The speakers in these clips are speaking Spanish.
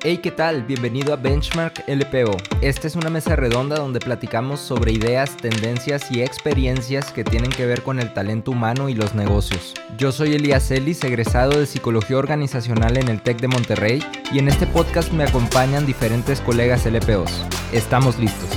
Hey, ¿qué tal? Bienvenido a Benchmark LPO. Esta es una mesa redonda donde platicamos sobre ideas, tendencias y experiencias que tienen que ver con el talento humano y los negocios. Yo soy Elías Ellis, egresado de Psicología Organizacional en el TEC de Monterrey, y en este podcast me acompañan diferentes colegas LPOs. Estamos listos.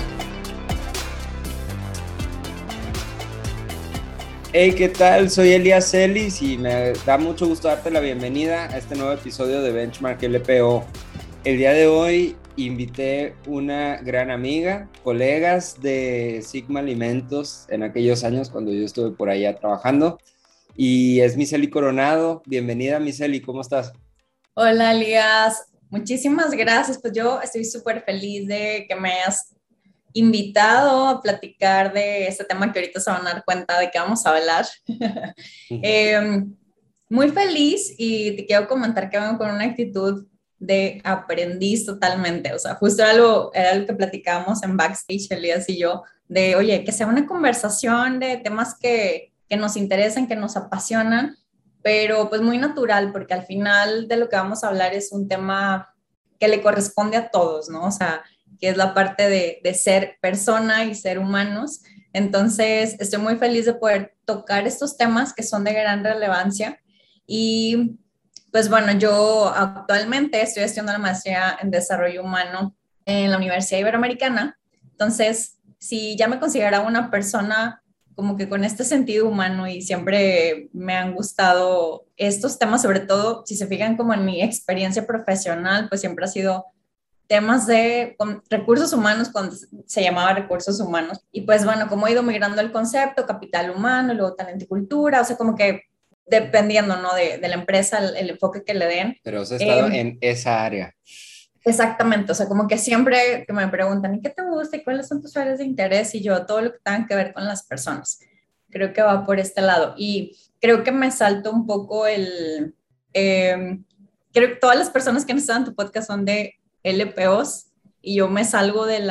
Hey, ¿qué tal? Soy Elías Ellis y me da mucho gusto darte la bienvenida a este nuevo episodio de Benchmark LPO. El día de hoy invité una gran amiga, colegas de Sigma Alimentos en aquellos años cuando yo estuve por allá trabajando, y es Miseli Coronado. Bienvenida, Miseli, ¿cómo estás? Hola, Elías. Muchísimas gracias. Pues yo estoy súper feliz de que me hayas invitado a platicar de este tema que ahorita se van a dar cuenta de que vamos a hablar. Eh, Muy feliz, y te quiero comentar que vengo con una actitud de aprendiz totalmente. O sea, justo era algo que platicábamos en backstage, Elías y yo, de, oye, que sea una conversación de temas que nos interesan, que nos apasionan, pero pues muy natural, porque al final de lo que vamos a hablar es un tema que le corresponde a todos, ¿no? O sea, que es la parte de ser persona y ser humanos. Entonces, estoy muy feliz de poder tocar estos temas que son de gran relevancia. Y pues bueno, yo actualmente estoy estudiando la maestría en desarrollo humano en la Universidad Iberoamericana. Entonces, si ya me consideraba una persona como que con este sentido humano, y siempre me han gustado estos temas, sobre todo si se fijan como en mi experiencia profesional, pues siempre ha sido temas de recursos humanos, cuando se llamaba recursos humanos. Y pues bueno, como he ido migrando el concepto, capital humano, luego talento y cultura, o sea, como que dependiendo, ¿no? de la empresa, el enfoque que le den. Pero has estado en esa área. Exactamente, o sea, como que siempre que me preguntan, ¿y qué te gusta? ¿Y cuáles son tus áreas de interés? Y yo, todo lo que tenga que ver con las personas. Creo que va por este lado. Y creo que me salto un poco creo que todas las personas que no están en tu podcast son de LPOs, y yo me salgo de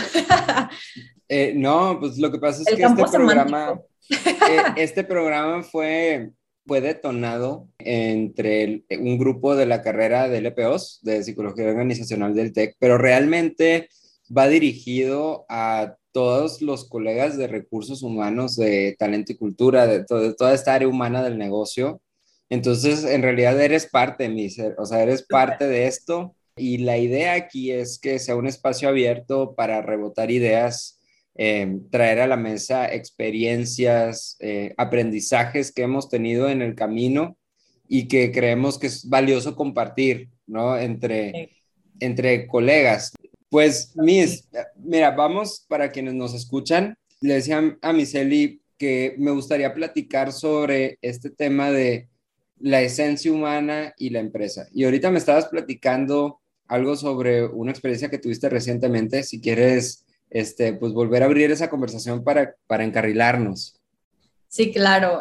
No, pues lo que pasa es el que campo semántico. este programa fue detonado entre un grupo de la carrera de LPOs, de Psicología Organizacional del TEC, pero realmente va dirigido a todos los colegas de recursos humanos, de talento y cultura, de toda esta área humana del negocio. Entonces, en realidad eres parte, o sea, eres parte de esto, y la idea aquí es que sea un espacio abierto para rebotar ideas, traer a la mesa experiencias, aprendizajes que hemos tenido en el camino y que creemos que es valioso compartir, ¿no? Entre colegas. Pues, mira, vamos, para quienes nos escuchan, le decía a Miseli que me gustaría platicar sobre este tema de la esencia humana y la empresa. Y ahorita me estabas platicando algo sobre una experiencia que tuviste recientemente. Si quieres, pues volver a abrir esa conversación para encarrilarnos. Sí, claro,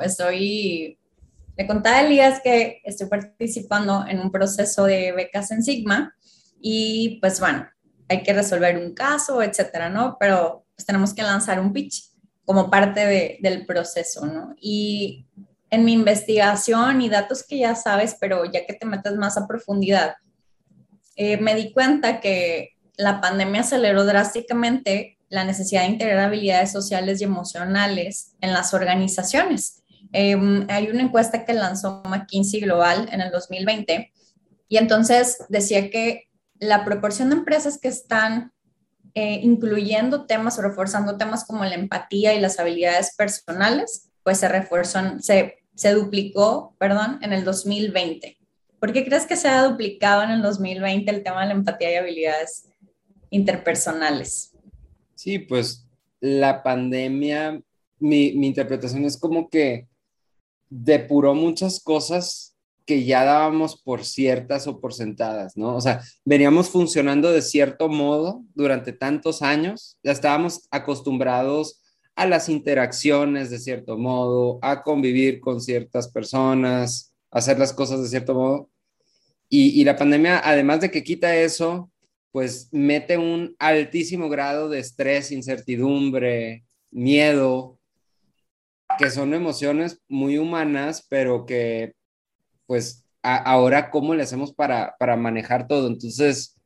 le contaba a Elías que estoy participando en un proceso de becas en Sigma, y pues bueno, hay que resolver un caso, etcétera, ¿no? Pero pues tenemos que lanzar un pitch como parte del proceso, ¿no? Y en mi investigación y datos que ya sabes, pero ya que te metes más a profundidad, me di cuenta que la pandemia aceleró drásticamente la necesidad de integrar habilidades sociales y emocionales en las organizaciones. Hay una encuesta que lanzó McKinsey Global en el 2020, y entonces decía que la proporción de empresas que están incluyendo temas o reforzando temas como la empatía y las habilidades personales, pues se duplicó, perdón, en el 2020. ¿Por qué crees que se ha duplicado en el 2020 el tema de la empatía y habilidades interpersonales? Sí, pues la pandemia, mi interpretación es como que depuró muchas cosas que ya dábamos por ciertas o por sentadas, ¿no? O sea, veníamos funcionando de cierto modo durante tantos años, ya estábamos acostumbrados a las interacciones de cierto modo, a convivir con ciertas personas, a hacer las cosas de cierto modo, y la pandemia, además de que quita eso, pues mete un altísimo grado de estrés, incertidumbre, miedo, que son emociones muy humanas, pero que pues ahora cómo le hacemos para manejar todo. Entonces,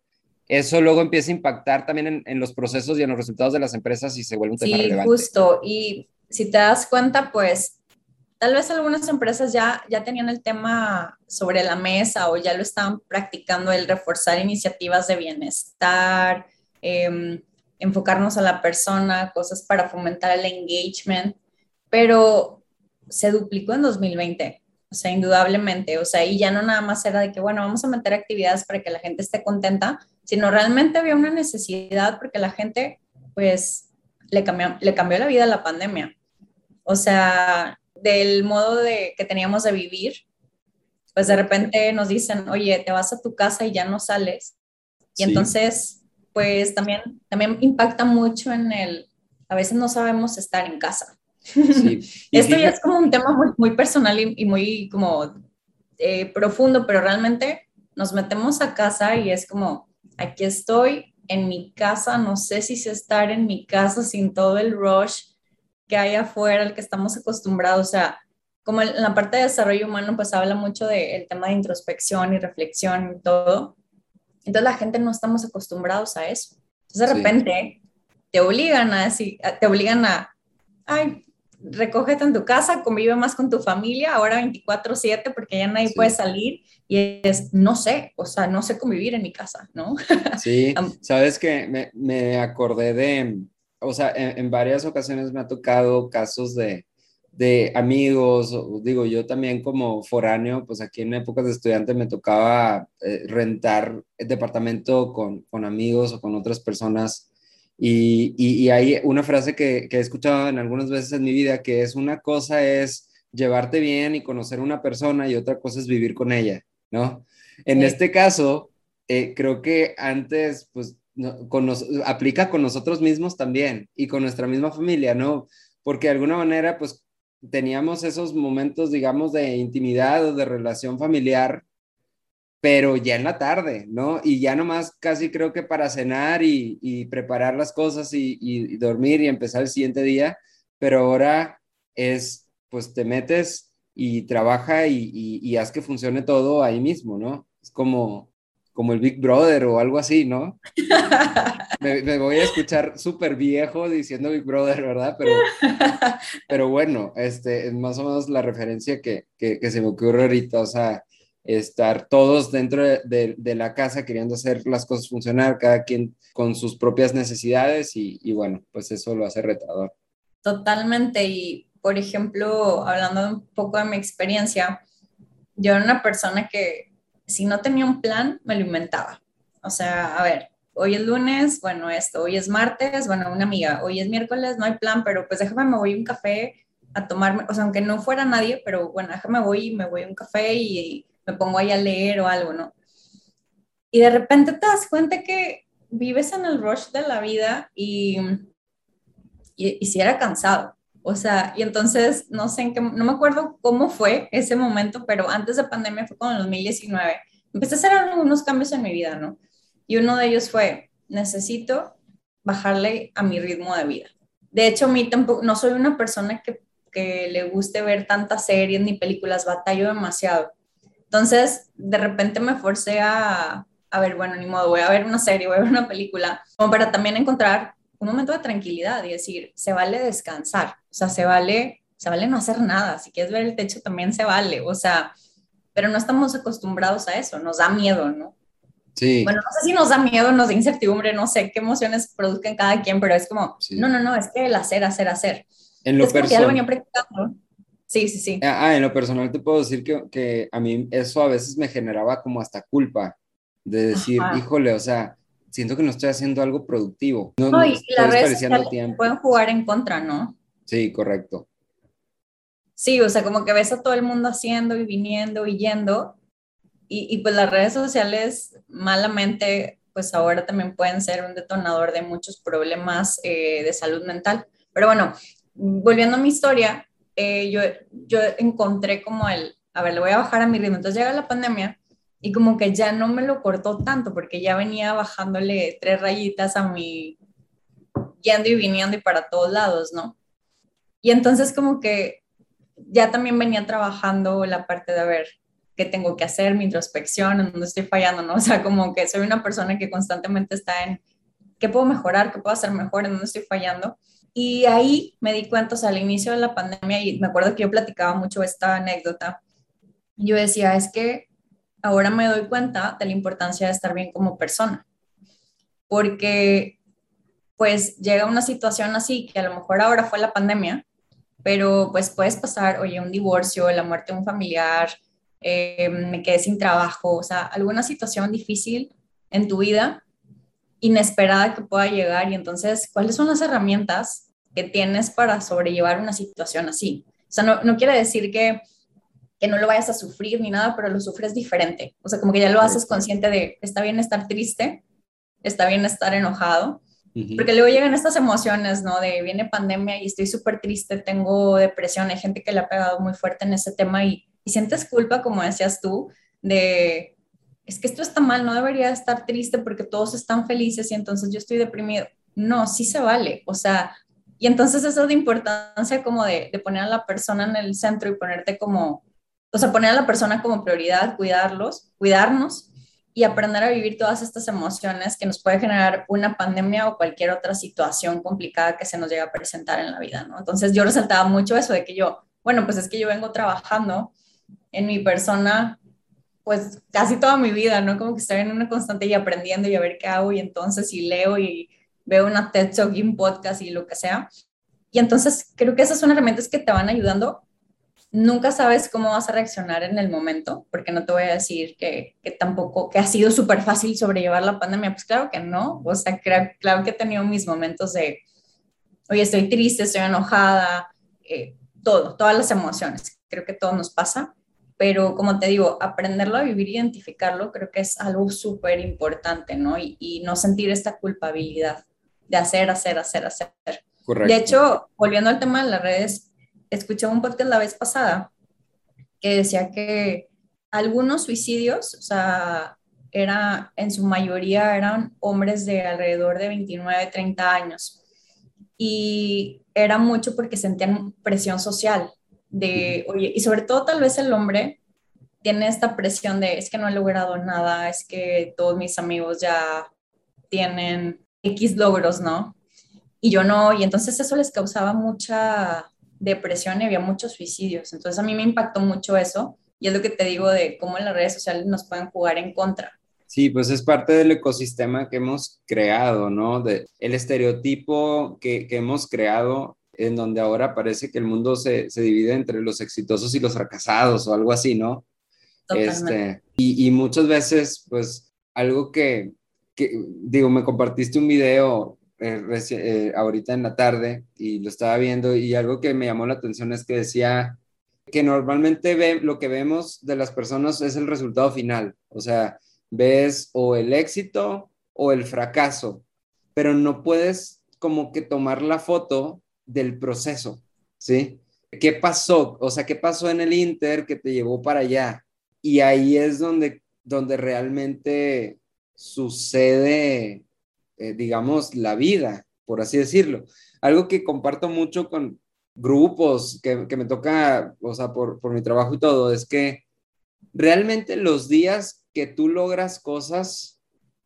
eso luego empieza a impactar también en los procesos y en los resultados de las empresas y se vuelve un tema Sí, relevante. justo. Y si te das cuenta, pues tal vez algunas empresas ya tenían el tema sobre la mesa o ya lo estaban practicando, el reforzar iniciativas de bienestar, enfocarnos a la persona, cosas para fomentar el engagement, pero se duplicó en 2020. O sea, indudablemente, o sea, y ya no nada más era de que, bueno, vamos a meter actividades para que la gente esté contenta, sino realmente había una necesidad porque la gente, pues, le cambió la vida a la pandemia. O sea, del modo que teníamos de vivir, pues de repente nos dicen, oye, te vas a tu casa y ya no sales. Y Sí. entonces, pues también impacta mucho a veces no sabemos estar en casa. Sí. Y Esto ya es fíjate, como un tema muy personal y muy como profundo, pero realmente nos metemos a casa y es como, aquí estoy en mi casa, no sé si sé estar en mi casa sin todo el rush que hay afuera, al que estamos acostumbrados. O sea, como en la parte de desarrollo humano, pues habla mucho del tema de introspección y reflexión y todo. Entonces la gente no estamos acostumbrados a eso. Entonces de sí, repente te obligan a decir, te obligan a, ay, recógete en tu casa, convive más con tu familia, ahora 24/7 porque ya nadie puede sí. salir y es, no sé, o sea, no sé convivir en mi casa, ¿no? Sí, sabes que me acordé de, o sea, en varias ocasiones me ha tocado casos de amigos, digo, yo también como foráneo, pues aquí en épocas de estudiante me tocaba rentar el departamento con amigos o con otras personas y hay una frase que he escuchado en algunas veces en mi vida que es una cosa es llevarte bien y conocer a una persona y otra cosa es vivir con ella, ¿no? En este caso creo que antes, pues, aplica con nosotros mismos también y con nuestra misma familia, ¿no? Porque de alguna manera, pues, teníamos esos momentos, digamos, de intimidad o de relación familiar, pero ya en la tarde, ¿no? Y ya nomás casi creo que para cenar y preparar las cosas y dormir y empezar el siguiente día, pero ahora es, pues, te metes y trabaja y haz que funcione todo ahí mismo, ¿no? Es como el Big Brother o algo así, ¿no? Me voy a escuchar súper viejo diciendo Big Brother, ¿verdad? Pero bueno, es más o menos la referencia que se me ocurre ahorita, o sea, estar todos dentro de la casa queriendo hacer las cosas funcionar, cada quien con sus propias necesidades y bueno, pues eso lo hace retador. Totalmente. Y, por ejemplo, hablando un poco de mi experiencia, yo era una persona que si no tenía un plan, me lo inventaba. O sea, a ver, hoy es lunes, bueno, esto, hoy es martes, bueno, una amiga, hoy es miércoles, no hay plan, pero pues déjame, me voy a un café a tomarme, o sea, aunque no fuera nadie, pero bueno, déjame voy y me voy a un café y me pongo ahí a leer o algo, ¿no? Y de repente te das cuenta que vives en el rush de la vida y sí era cansado. O sea, y entonces no sé no me acuerdo cómo fue ese momento, pero antes de pandemia fue como en 2019. Empecé a hacer algunos cambios en mi vida, ¿no? Y uno de ellos fue, necesito bajarle a mi ritmo de vida. De hecho, a mí tampoco, no soy una persona que le guste ver tantas series ni películas, batallo demasiado. Entonces, de repente me forcé a ver, bueno, ni modo, voy a ver una serie, voy a ver una película, como para también encontrar un momento de tranquilidad y decir, se vale descansar, o sea, se vale no hacer nada, si quieres ver el techo también se vale, o sea, pero no estamos acostumbrados a eso, nos da miedo, ¿no? Sí, Bueno, no sé si nos da miedo, nos da incertidumbre, no sé qué emociones produzcan cada quien, pero es como, no, sí. no, no, es que el hacer, hacer, hacer. En lo Es como que ya lo venía personal, practicando. Sí, sí, sí. en lo personal te puedo decir que a mí eso a veces me generaba como hasta culpa de decir, Ajá. híjole, o sea, siento que no estoy haciendo algo productivo, no, No, no y estoy las redes desperdiciando sociales tiempo. pueden jugar en contra, ¿no? Sí, correcto. Sí, o sea, como que ves a todo el mundo haciendo y viniendo y yendo, y pues las redes sociales malamente, pues ahora también pueden ser un detonador de muchos problemas de salud mental. Pero bueno, volviendo a mi historia, yo encontré como a ver, le voy a bajar a mi ritmo. Entonces llega la pandemia y como que ya no me lo cortó tanto porque ya venía bajándole 3 rayitas a mi yendo y viniendo y para todos lados, ¿no? Y entonces como que ya también venía trabajando la parte de, a ver, qué tengo que hacer, mi introspección, en dónde estoy fallando, ¿no? O sea, como que soy una persona que constantemente está en qué puedo mejorar, qué puedo hacer mejor, en dónde estoy fallando. Y ahí me di cuenta, o sea, al inicio de la pandemia, y me acuerdo que yo platicaba mucho esta anécdota, yo decía, es que ahora me doy cuenta de la importancia de estar bien como persona, porque pues llega una situación así, que a lo mejor ahora fue la pandemia, pero pues puedes pasar, oye, un divorcio, la muerte de un familiar, me quedé sin trabajo, o sea, alguna situación difícil en tu vida, inesperada que pueda llegar, y entonces, ¿cuáles son las herramientas que tienes para sobrellevar una situación así? O sea, no quiere decir que no lo vayas a sufrir ni nada, pero lo sufres diferente. O sea, como que ya lo haces consciente de, está bien estar triste, está bien estar enojado, porque luego llegan estas emociones, ¿no? De viene pandemia y estoy súper triste, tengo depresión, hay gente que le ha pegado muy fuerte en ese tema y sientes culpa, como decías tú, de, es que esto está mal, no debería estar triste porque todos están felices y entonces yo estoy deprimido. No, sí se vale, o sea, y entonces eso de importancia como de poner a la persona en el centro y ponerte como, o sea, poner a la persona como prioridad, cuidarnos y aprender a vivir todas estas emociones que nos puede generar una pandemia o cualquier otra situación complicada que se nos llega a presentar en la vida, ¿no? Entonces yo resaltaba mucho eso de que yo, bueno, pues es que yo vengo trabajando en mi persona pues casi toda mi vida, ¿no? Como que estoy en una constante y aprendiendo y a ver qué hago y entonces y leo y veo una TED Talk y un podcast y lo que sea. Y entonces creo que esas son herramientas que te van ayudando. Nunca sabes cómo vas a reaccionar en el momento, porque no te voy a decir que tampoco, que ha sido súper fácil sobrellevar la pandemia. Pues claro que no. O sea, claro que he tenido mis momentos de, oye, estoy triste, estoy enojada, todas las emociones. Creo que todo nos pasa. Pero como te digo, aprenderlo a vivir, identificarlo, creo que es algo súper importante, ¿no? Y no sentir esta culpabilidad de hacer, hacer, hacer, hacer. De Correcto. hecho, volviendo al tema de las redes, escuché un podcast la vez pasada que decía que algunos suicidios, o sea, en su mayoría eran hombres de alrededor de 29, 30 años. Y era mucho porque sentían presión social de, oye, y sobre todo tal vez el hombre tiene esta presión de, es que no he logrado nada, es que todos mis amigos ya tienen X logros, ¿no? Y yo no, y entonces eso les causaba mucha depresión y había muchos suicidios. Entonces a mí me impactó mucho eso y es lo que te digo de cómo las redes sociales nos pueden jugar en contra. Sí, pues es parte del ecosistema que hemos creado, ¿no? El estereotipo que hemos creado, en donde ahora parece que el mundo se divide entre los exitosos y los fracasados o algo así, ¿no? Totalmente. Y muchas veces, pues, algo digo, me compartiste un video ahorita en la tarde y lo estaba viendo y algo que me llamó la atención es que decía que normalmente lo que vemos de las personas es el resultado final, o sea, ves o el éxito o el fracaso, pero no puedes como que tomar la foto del proceso, ¿sí? ¿Qué pasó? O sea, ¿qué pasó en el Inter que te llevó para allá? Y ahí es donde realmente sucede, digamos, la vida, por así decirlo. Algo que comparto mucho con grupos que me toca, o sea, por mi trabajo y todo, es que realmente los días que tú logras cosas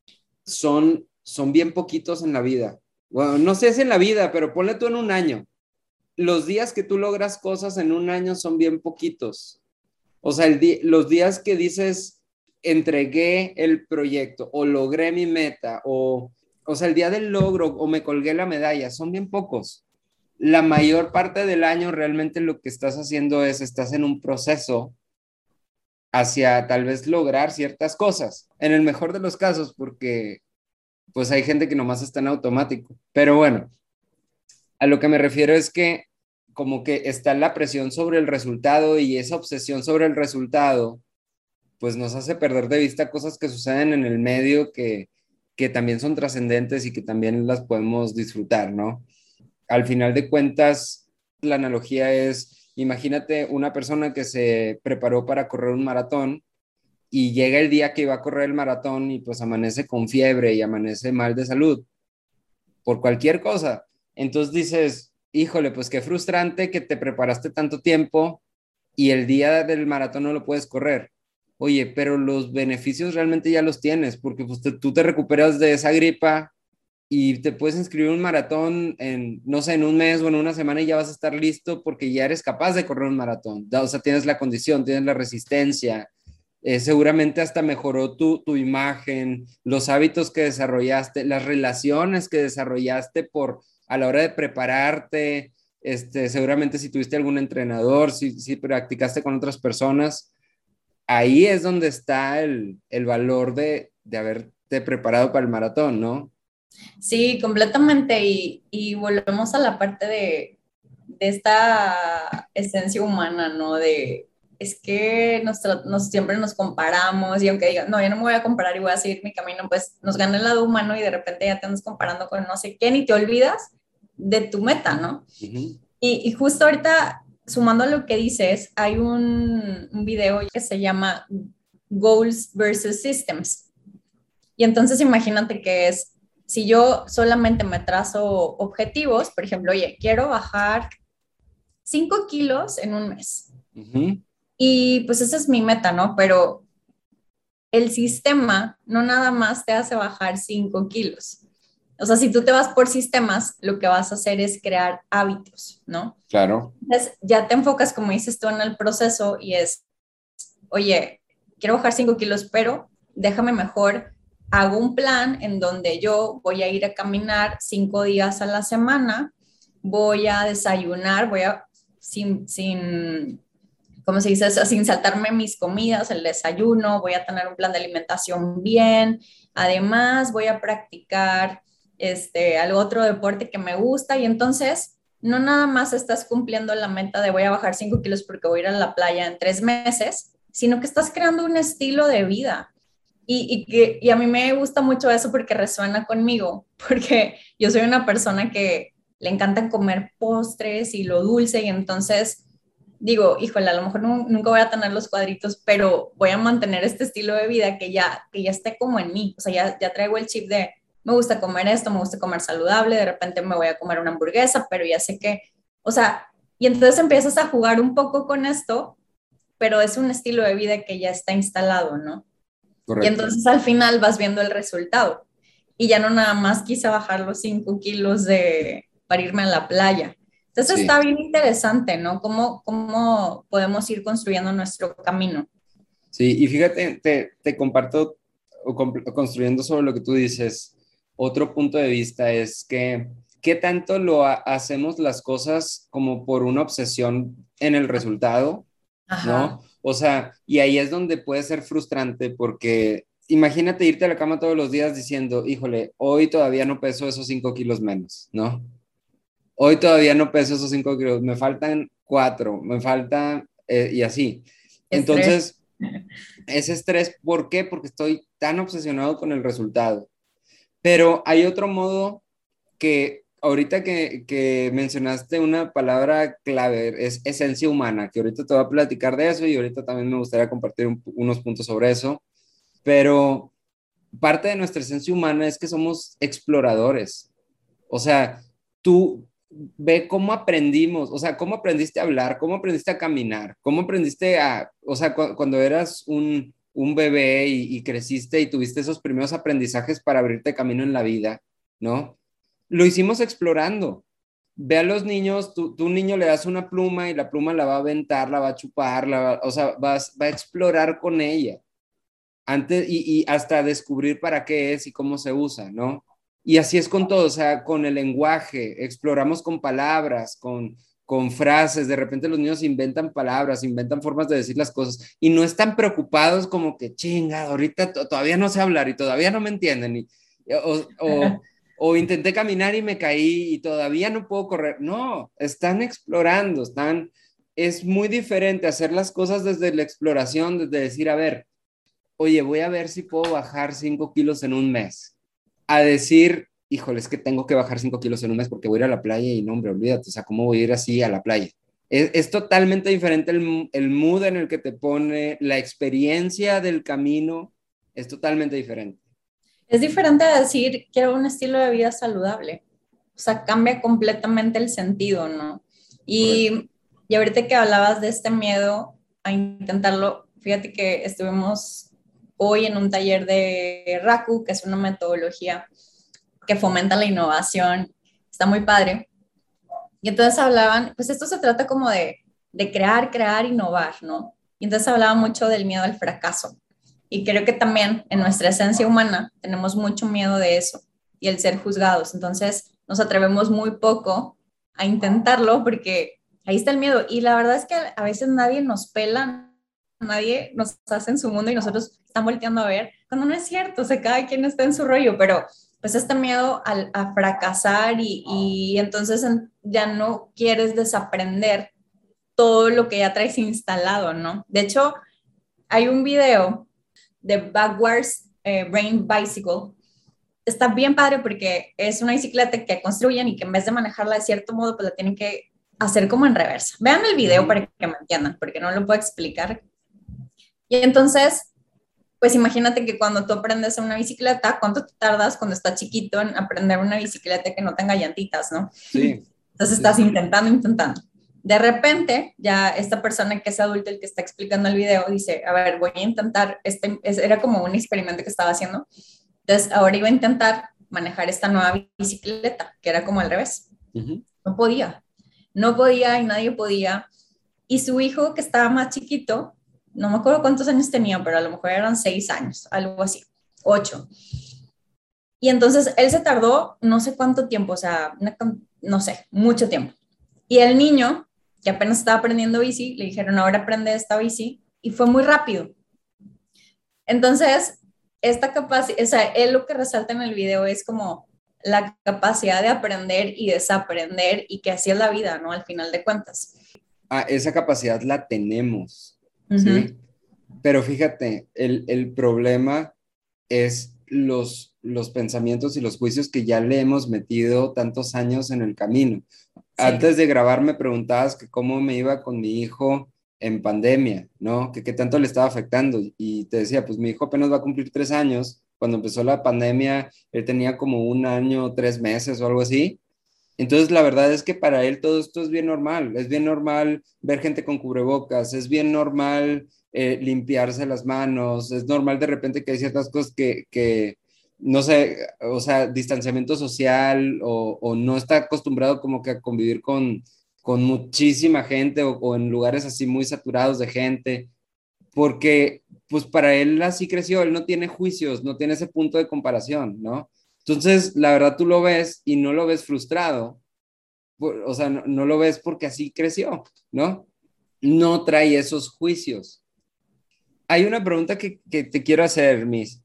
son bien poquitos en la vida. Bueno, no sé si en la vida, pero ponle tú en un año. Los días que tú logras cosas en un año son bien poquitos. O sea, los días que dices, entregué el proyecto o logré mi meta o sea, el día del logro o me colgué la medalla, son bien pocos. La mayor parte del año realmente lo que estás haciendo es, estás en un proceso hacia tal vez lograr ciertas cosas, en el mejor de los casos, porque pues hay gente que nomás está en automático. Pero bueno, a lo que me refiero es que como que está la presión sobre el resultado y esa obsesión sobre el resultado, pues nos hace perder de vista cosas que suceden en el medio que también son trascendentes y que también las podemos disfrutar, ¿no? Al final de cuentas, la analogía es, imagínate una persona que se preparó para correr un maratón y llega el día que iba a correr el maratón y pues amanece con fiebre y amanece mal de salud por cualquier cosa. Entonces dices, híjole, pues qué frustrante que te preparaste tanto tiempo y el día del maratón no lo puedes correr. oye, pero los beneficios realmente ya los tienes, porque pues, tú te recuperas de esa gripa y te puedes inscribir un maratón en, no sé, en un mes o en una semana y ya vas a estar listo porque ya eres capaz de correr un maratón. O sea, tienes la condición, tienes la resistencia, seguramente hasta mejoró tu imagen, los hábitos que desarrollaste, las relaciones que desarrollaste a la hora de prepararte, seguramente si tuviste algún entrenador, si practicaste con otras personas, ahí es donde está el valor de haberte preparado para el maratón, ¿no? Sí, completamente. Y volvemos a la parte de esta esencia humana, ¿no? Es que siempre nos comparamos y aunque digan, no, yo no me voy a comparar y voy a seguir mi camino, pues nos gana el lado humano y de repente ya te andas comparando con no sé quién y te olvidas de tu meta, ¿no? Uh-huh. Y justo ahorita, sumando a lo que dices, hay un video que se llama Goals versus Systems. Y entonces imagínate que es, si yo solamente me trazo objetivos, por ejemplo, oye, quiero bajar 5 kilos en un mes. Uh-huh. Y pues esa es mi meta, ¿no? Pero el sistema no nada más te hace bajar 5 kilos. O sea, si tú te vas por sistemas, lo que vas a hacer es crear hábitos, ¿no? Claro. Entonces, ya te enfocas, como dices tú, en el proceso y es, oye, quiero bajar 5 kilos, pero déjame mejor, hago un plan en donde yo voy a ir a caminar 5 días a la semana, voy a desayunar, voy a, ¿cómo se dice eso? Sin saltarme mis comidas, el desayuno, voy a tener un plan de alimentación bien, además voy a practicar algo otro deporte que me gusta y entonces no nada más estás cumpliendo la meta de voy a bajar 5 kilos porque voy a ir a la playa en 3 meses, sino que estás creando un estilo de vida. Y a mí me gusta mucho eso porque resuena conmigo, porque yo soy una persona que le encanta comer postres y lo dulce y entonces digo, híjole, a lo mejor nunca voy a tener los cuadritos, pero voy a mantener este estilo de vida que ya esté como en mí. O sea, ya traigo el chip de, me gusta comer esto, me gusta comer saludable, de repente me voy a comer una hamburguesa, pero ya sé que, o sea, y entonces empiezas a jugar un poco con esto, pero es un estilo de vida que ya está instalado, ¿no? Y Correcto. entonces al final vas viendo el resultado. Y ya no nada más quise bajar los 5 kilos para irme a la playa. Entonces Sí. está bien interesante, ¿no? ¿Cómo podemos ir construyendo nuestro camino? Sí, y fíjate, te comparto construyendo sobre lo que tú dices. Otro punto de vista es que, ¿qué tanto hacemos las cosas como por una obsesión en el resultado? Ajá. ¿No? O sea, y ahí es donde puede ser frustrante porque imagínate irte a la cama todos los días diciendo, híjole, hoy todavía no peso esos 5 kilos menos, ¿no? Hoy todavía no peso esos 5 kilos, me faltan 4, me faltan, y así. Estrés. Entonces, ese estrés, ¿por qué? Porque estoy tan obsesionado con el resultado. Pero hay otro modo que ahorita que mencionaste una palabra clave, es esencia humana, que ahorita te voy a platicar de eso y ahorita también me gustaría compartir unos puntos sobre eso, pero parte de nuestra esencia humana es que somos exploradores. O sea, tú ve cómo aprendimos, o sea, cómo aprendiste a hablar, cómo aprendiste a caminar, cómo aprendiste o sea, cuando eras un bebé y creciste y tuviste esos primeros aprendizajes para abrirte camino en la vida, ¿no? Lo hicimos explorando. Ve a los niños, tú un niño le das una pluma y la pluma la va a aventar, la va a chupar, o sea, va a explorar con ella antes y hasta descubrir para qué es y cómo se usa, ¿no? Y así es con todo, o sea, con el lenguaje, exploramos con palabras, con frases, de repente los niños inventan palabras, inventan formas de decir las cosas y no están preocupados como que, chinga, ahorita todavía no sé hablar y todavía no me entienden, o intenté caminar y me caí y todavía no puedo correr. No, están explorando, es muy diferente hacer las cosas desde la exploración, desde decir, a ver, oye, voy a ver si puedo bajar 5 kilos en un mes. A decir, híjole, es que tengo que bajar 5 kilos en un mes porque voy a ir a la playa y no, hombre, olvídate, o sea, ¿cómo voy a ir así a la playa? Es totalmente diferente el mood en el que te pone, la experiencia del camino es totalmente diferente. Es diferente a decir, quiero un estilo de vida saludable. O sea, cambia completamente el sentido, ¿no? Correcto. Y ahorita que hablabas de este miedo a intentarlo, Fíjate que estuvimos hoy en un taller de RACU, que es una metodología que fomenta la innovación. Está muy padre. Y entonces hablaban, pues esto se trata como de crear, innovar, ¿no? Y entonces hablaba mucho del miedo al fracaso. Y creo que también en nuestra esencia humana tenemos mucho miedo de eso y el ser juzgados. Entonces nos atrevemos muy poco a intentarlo porque ahí está el miedo. Y la verdad es que a veces nadie nos pela, nadie nos hace en su mundo y nosotros estamos volteando a ver, cuando no es cierto, o sea, cada quien está en su rollo, pero pues este miedo a fracasar y entonces ya no quieres desaprender todo lo que ya traes instalado, ¿no? De hecho, hay un video de Backwards Brain Bicycle. Está bien padre porque es una bicicleta que construyen y que en vez de manejarla de cierto modo, pues la tienen que hacer como en reversa. Vean el video para que me entiendan, porque no lo puedo explicar. Y entonces, pues imagínate que cuando tú aprendes una bicicleta, ¿cuánto te tardas cuando estás chiquito en aprender una bicicleta que no tenga llantitas, no? Sí. Entonces estás intentando. De repente, ya esta persona que es adulta, el que está explicando el video, dice, a ver, voy a intentar, era como un experimento que estaba haciendo. Entonces, ahora iba a intentar manejar esta nueva bicicleta, que era como al revés. No podía y nadie podía. Y su hijo, que estaba más chiquito, no me acuerdo cuántos años tenía, pero a lo mejor eran 6 años, algo así, 8. Y entonces él se tardó no sé cuánto tiempo, o sea, no sé, mucho tiempo. Y el niño, que apenas estaba aprendiendo bici, le dijeron, ahora aprende esta bici, y fue muy rápido. Entonces, esta capacidad, o sea, él lo que resalta en el video es como la capacidad de aprender y desaprender, y que así es la vida, ¿no? Al final de cuentas. Esa capacidad la tenemos, ¿sí? Pero fíjate, el problema es los pensamientos y los juicios que ya le hemos metido tantos años en el camino. Sí. Antes de grabar me preguntabas que cómo me iba con mi hijo en pandemia, ¿no? Que qué tanto le estaba afectando. Y te decía, pues mi hijo apenas va a cumplir 3 años. Cuando empezó la pandemia, él tenía como 1 año, 3 meses o algo así. Entonces, la verdad es que para él todo esto es bien normal ver gente con cubrebocas, es bien normal limpiarse las manos, es normal de repente que hay ciertas cosas que no sé, o sea, distanciamiento social o no está acostumbrado como que a convivir con muchísima gente o en lugares así muy saturados de gente, porque pues para él así creció, él no tiene juicios, no tiene ese punto de comparación, ¿no? Entonces, la verdad tú lo ves y no lo ves frustrado, o sea, no lo ves porque así creció, ¿no? No trae esos juicios. Hay una pregunta que te quiero hacer, Miss,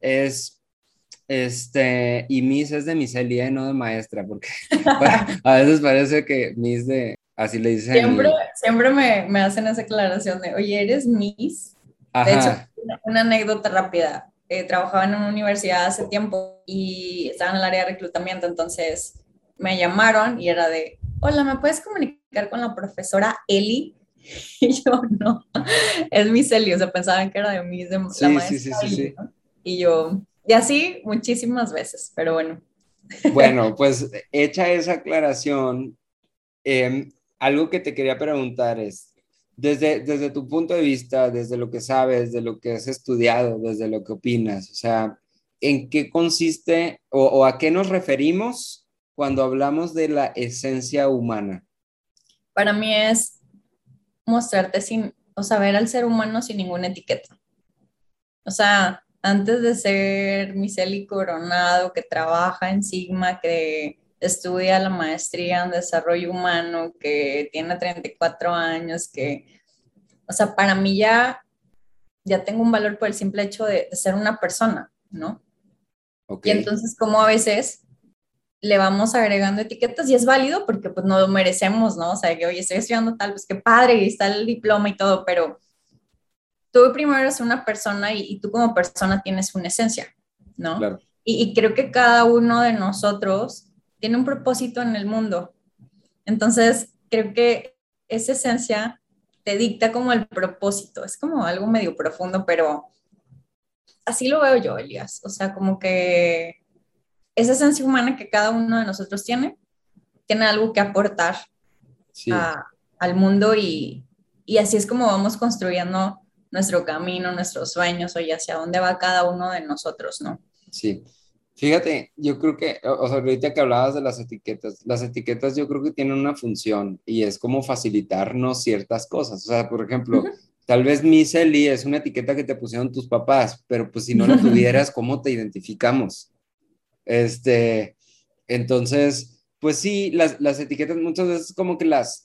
y Miss es de Miselia, no de maestra, porque a veces parece que Miss así le dicen. Siempre me hacen esa aclaración de, oye, ¿eres Miss? Ajá. De hecho, una anécdota rápida. Trabajaba en una universidad hace tiempo y estaba en el área de reclutamiento, entonces me llamaron y era de, hola, ¿me puedes comunicar con la profesora Eli? Y yo, no, es Miss Eli, o sea, pensaban que era de Miss, de Sí, la maestra sí. Eli, ¿no? Y yo, y así muchísimas veces, pero bueno. Bueno, pues hecha esa aclaración, algo que te quería preguntar es, desde tu punto de vista, desde lo que sabes, de lo que has estudiado, desde lo que opinas, o sea, ¿en qué consiste o a qué nos referimos cuando hablamos de la esencia humana? Para mí es mostrarte o sea, ver al ser humano sin ninguna etiqueta. O sea, antes de ser Miseli Coronado, que trabaja en Sigma, que estudia la maestría en desarrollo humano, que tiene 34 años, o sea, para mí ya tengo un valor por el simple hecho de ser una persona, ¿no? Okay. Y entonces, como a veces le vamos agregando etiquetas y es válido porque pues no lo merecemos, ¿no? O sea, que oye, estoy estudiando tal, pues qué padre, y está el diploma y todo, pero tú primero eres una persona y tú como persona tienes una esencia, ¿no? Claro. Y creo que cada uno de nosotros tiene un propósito en el mundo. Entonces, creo que esa esencia te dicta como el propósito. Es como algo medio profundo, pero así lo veo yo, Elías. O sea, como que esa esencia humana que cada uno de nosotros tiene algo que aportar Sí. al mundo y así es como vamos construyendo nuestro camino, nuestros sueños o hacia dónde va cada uno de nosotros, ¿no? Sí. Fíjate, yo creo que, o sea, ahorita que hablabas de las etiquetas yo creo que tienen una función y es como facilitarnos ciertas cosas. O sea, por ejemplo, Ujú. tal vez Miss Eli es una etiqueta que te pusieron tus papás, pero pues si no la tuvieras, ¿cómo te identificamos? Este, entonces, pues sí, las etiquetas muchas veces como que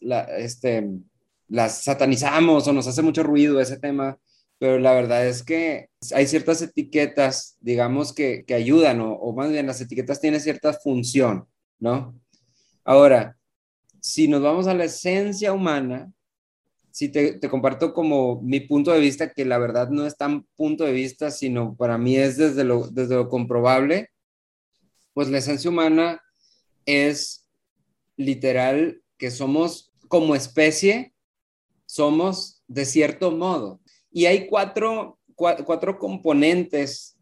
las satanizamos o nos hace mucho ruido ese tema, pero la verdad es que hay ciertas etiquetas, digamos, que ayudan, o más bien las etiquetas tienen cierta función, ¿no? Ahora, si nos vamos a la esencia humana, si te comparto como mi punto de vista, que la verdad no es tan punto de vista, sino para mí es desde lo comprobable, pues la esencia humana es literal que somos como especie, somos de cierto modo. Y hay cuatro componentes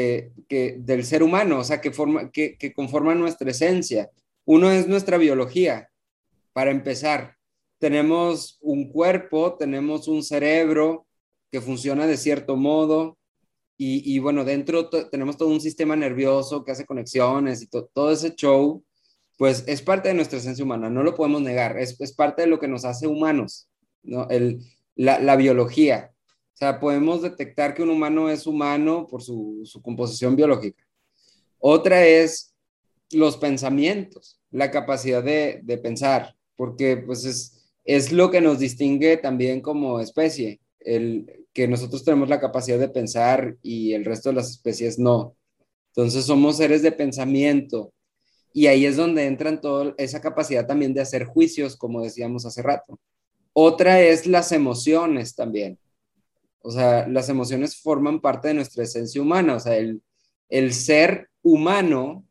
del ser humano, o sea, que conforman nuestra esencia. Uno es nuestra biología, para empezar. Tenemos un cuerpo, tenemos un cerebro que funciona de cierto modo, y bueno, dentro tenemos todo un sistema nervioso que hace conexiones y todo ese show, pues es parte de nuestra esencia humana, no lo podemos negar, es parte de lo que nos hace humanos, ¿no? La biología. O sea, podemos detectar que un humano es humano por su composición biológica. Otra es los pensamientos, la capacidad de pensar, porque pues es lo que nos distingue también como especie, el que nosotros tenemos la capacidad de pensar y el resto de las especies no. Entonces somos seres de pensamiento y ahí es donde entran toda esa capacidad también de hacer juicios, como decíamos hace rato. Otra es las emociones también. O sea, las emociones forman parte de nuestra esencia humana. O sea, el ser humano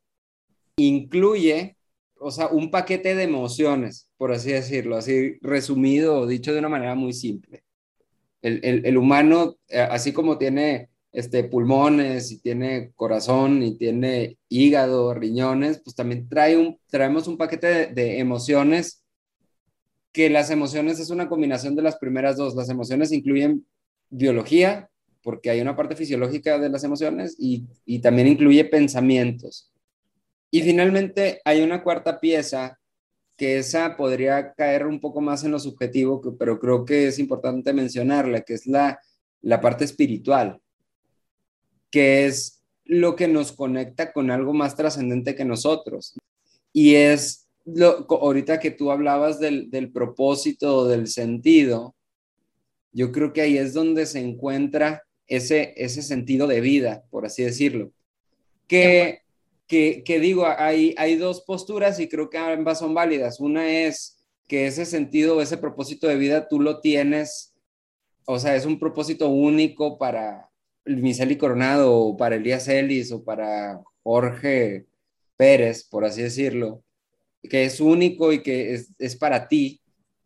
incluye, o sea, un paquete de emociones, por así decirlo, así resumido o dicho de una manera muy simple. El humano, así como tiene pulmones y tiene corazón y tiene hígado, riñones, pues también traemos un paquete de emociones, que las emociones es una combinación de las primeras dos. Las emociones incluyen biología, porque hay una parte fisiológica de las emociones, y también incluye pensamientos. Y finalmente hay una cuarta pieza, que esa podría caer un poco más en lo subjetivo, pero creo que es importante mencionarla, que es la parte espiritual, que es lo que nos conecta con algo más trascendente que nosotros. Y ahorita que tú hablabas del propósito, del sentido, yo creo que ahí es donde se encuentra ese sentido de vida, por así decirlo. Que, que digo, hay dos posturas y creo que ambas son válidas. Una es que ese sentido, ese propósito de vida, tú lo tienes, o sea, es un propósito único para Miseli Coronado, o para Elías Ellis, o para Jorge Pérez, por así decirlo, que es único y que es para ti,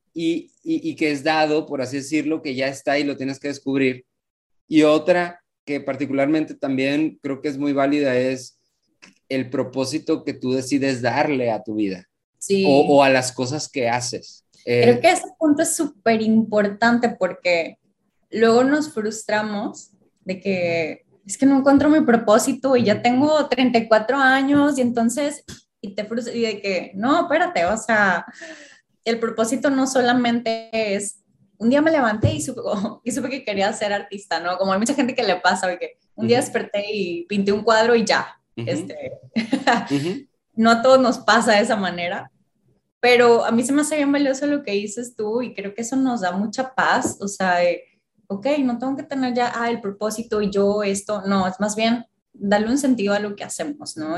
y que es dado, por así decirlo, que ya está y lo tienes que descubrir. Y otra que particularmente también creo que es muy válida es el propósito que tú decides darle a tu vida, o Sí, a las cosas que haces. creo que ese punto es súper importante porque luego nos frustramos de que es que no encuentro mi propósito y ya tengo 34 años y entonces, y te frustras y de que, no, espérate, o sea, el propósito no solamente es, un día me levanté y supe que quería ser artista, ¿no? Como hay mucha gente que le pasa, de que un día Uh-huh, desperté y pinté un cuadro y ya, uh-huh, uh-huh. no a todos nos pasa de esa manera, pero a mí se me hace bien valioso lo que dices tú y creo que eso nos da mucha paz, o sea, ok, no tengo que tener ya el propósito y yo esto, no, es más bien darle un sentido a lo que hacemos, ¿no?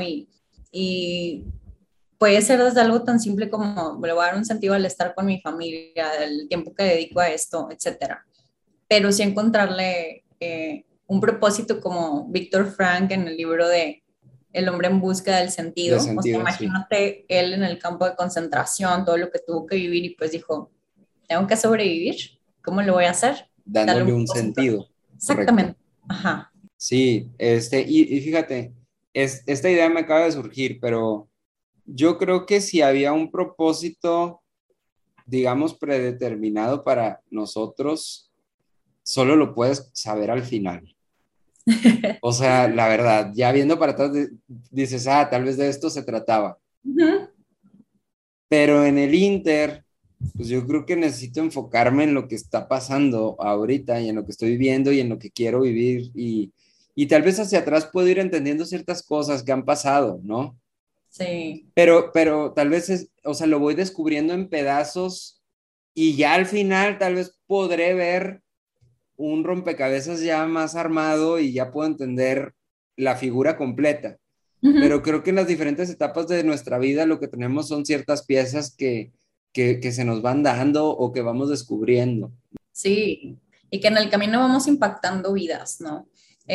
Y puede ser desde algo tan simple como le voy a dar un sentido al estar con mi familia, el tiempo que dedico a esto, etcétera. Pero sí encontrarle un propósito como Víctor Frank en el libro de El hombre en busca del De sentido. O sea, sentido, sí. imagínate él en el campo de concentración, todo lo que tuvo que vivir y pues dijo, tengo que sobrevivir, ¿cómo lo voy a hacer? Darle Dándole un un propósito. sentido, correcto. Exactamente. Ajá. Sí, y fíjate, esta idea me acaba de surgir, pero yo creo que si había un propósito, digamos, predeterminado para nosotros, solo lo puedes saber al final. O sea, la verdad, ya viendo para atrás, dices, tal vez de esto se trataba. Ujú. Pero en el Inter, pues yo creo que necesito enfocarme en lo que está pasando ahorita y en lo que estoy viviendo y en lo que quiero vivir y tal vez hacia atrás puedo ir entendiendo ciertas cosas que han pasado, ¿no? Sí. Pero tal vez o sea, lo voy descubriendo en pedazos y ya al final tal vez podré ver un rompecabezas ya más armado y ya puedo entender la figura completa. Ujú. Pero creo que en las diferentes etapas de nuestra vida lo que tenemos son ciertas piezas que se nos van dando o que vamos descubriendo. Sí, y que en el camino vamos impactando vidas, ¿no?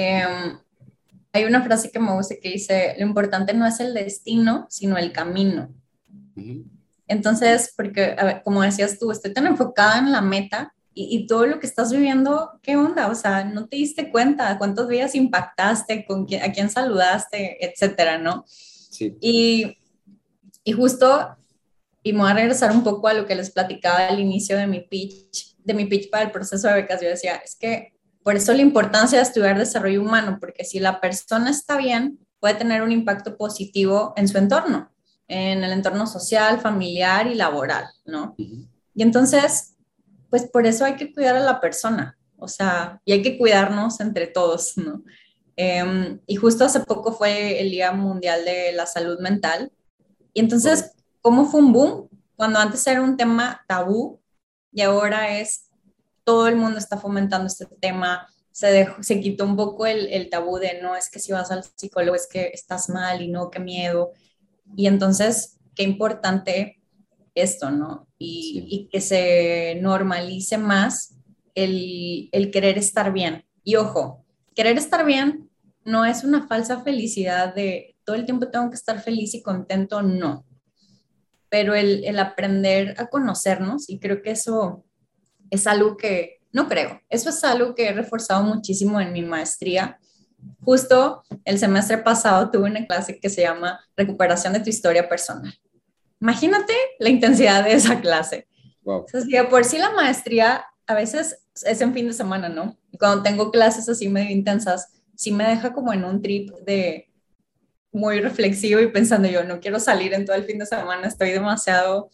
Hay una frase que me gusta que dice, lo importante no es el destino, sino el camino. Ujú. Entonces, porque, a ver, como decías tú, estoy tan enfocada en la meta y todo lo que estás viviendo, ¿qué onda? O sea, no te diste cuenta cuántos días impactaste, a quién saludaste, etcétera, ¿no? Sí. Y, y justo, y me voy a regresar un poco a lo que les platicaba al inicio de mi pitch para el proceso de becas. Yo decía, es que por eso la importancia de estudiar desarrollo humano, porque si la persona está bien, puede tener un impacto positivo en su entorno, en el entorno social, familiar y laboral, ¿no? Ujú. Y entonces, pues por eso hay que cuidar a la persona, o sea, y hay que cuidarnos entre todos, ¿no? Y justo hace poco fue el Día Mundial de la Salud Mental. Y entonces, Correcto. ¿cómo fue un boom? Cuando antes era un tema tabú y ahora todo el mundo está fomentando este tema, se quitó un poco el tabú de no, es que si vas al psicólogo es que estás mal y no, qué miedo. Y entonces, qué importante esto, ¿no? Sí. Y que se normalice más el querer estar bien. Y ojo, querer estar bien no es una falsa felicidad de todo el tiempo tengo que estar feliz y contento, no. Pero el aprender a conocernos, y creo que eso es algo que, no creo, eso es algo que he reforzado muchísimo en mi maestría. Justo el semestre pasado tuve una clase que se llama Recuperación de tu historia personal. Imagínate la intensidad de esa clase. O Wow. sea, si de por sí la maestría a veces es en fin de semana, ¿no? Y cuando tengo clases así medio intensas, sí me deja como en un trip de muy reflexivo y pensando yo, no quiero salir en todo el fin de semana, estoy demasiado,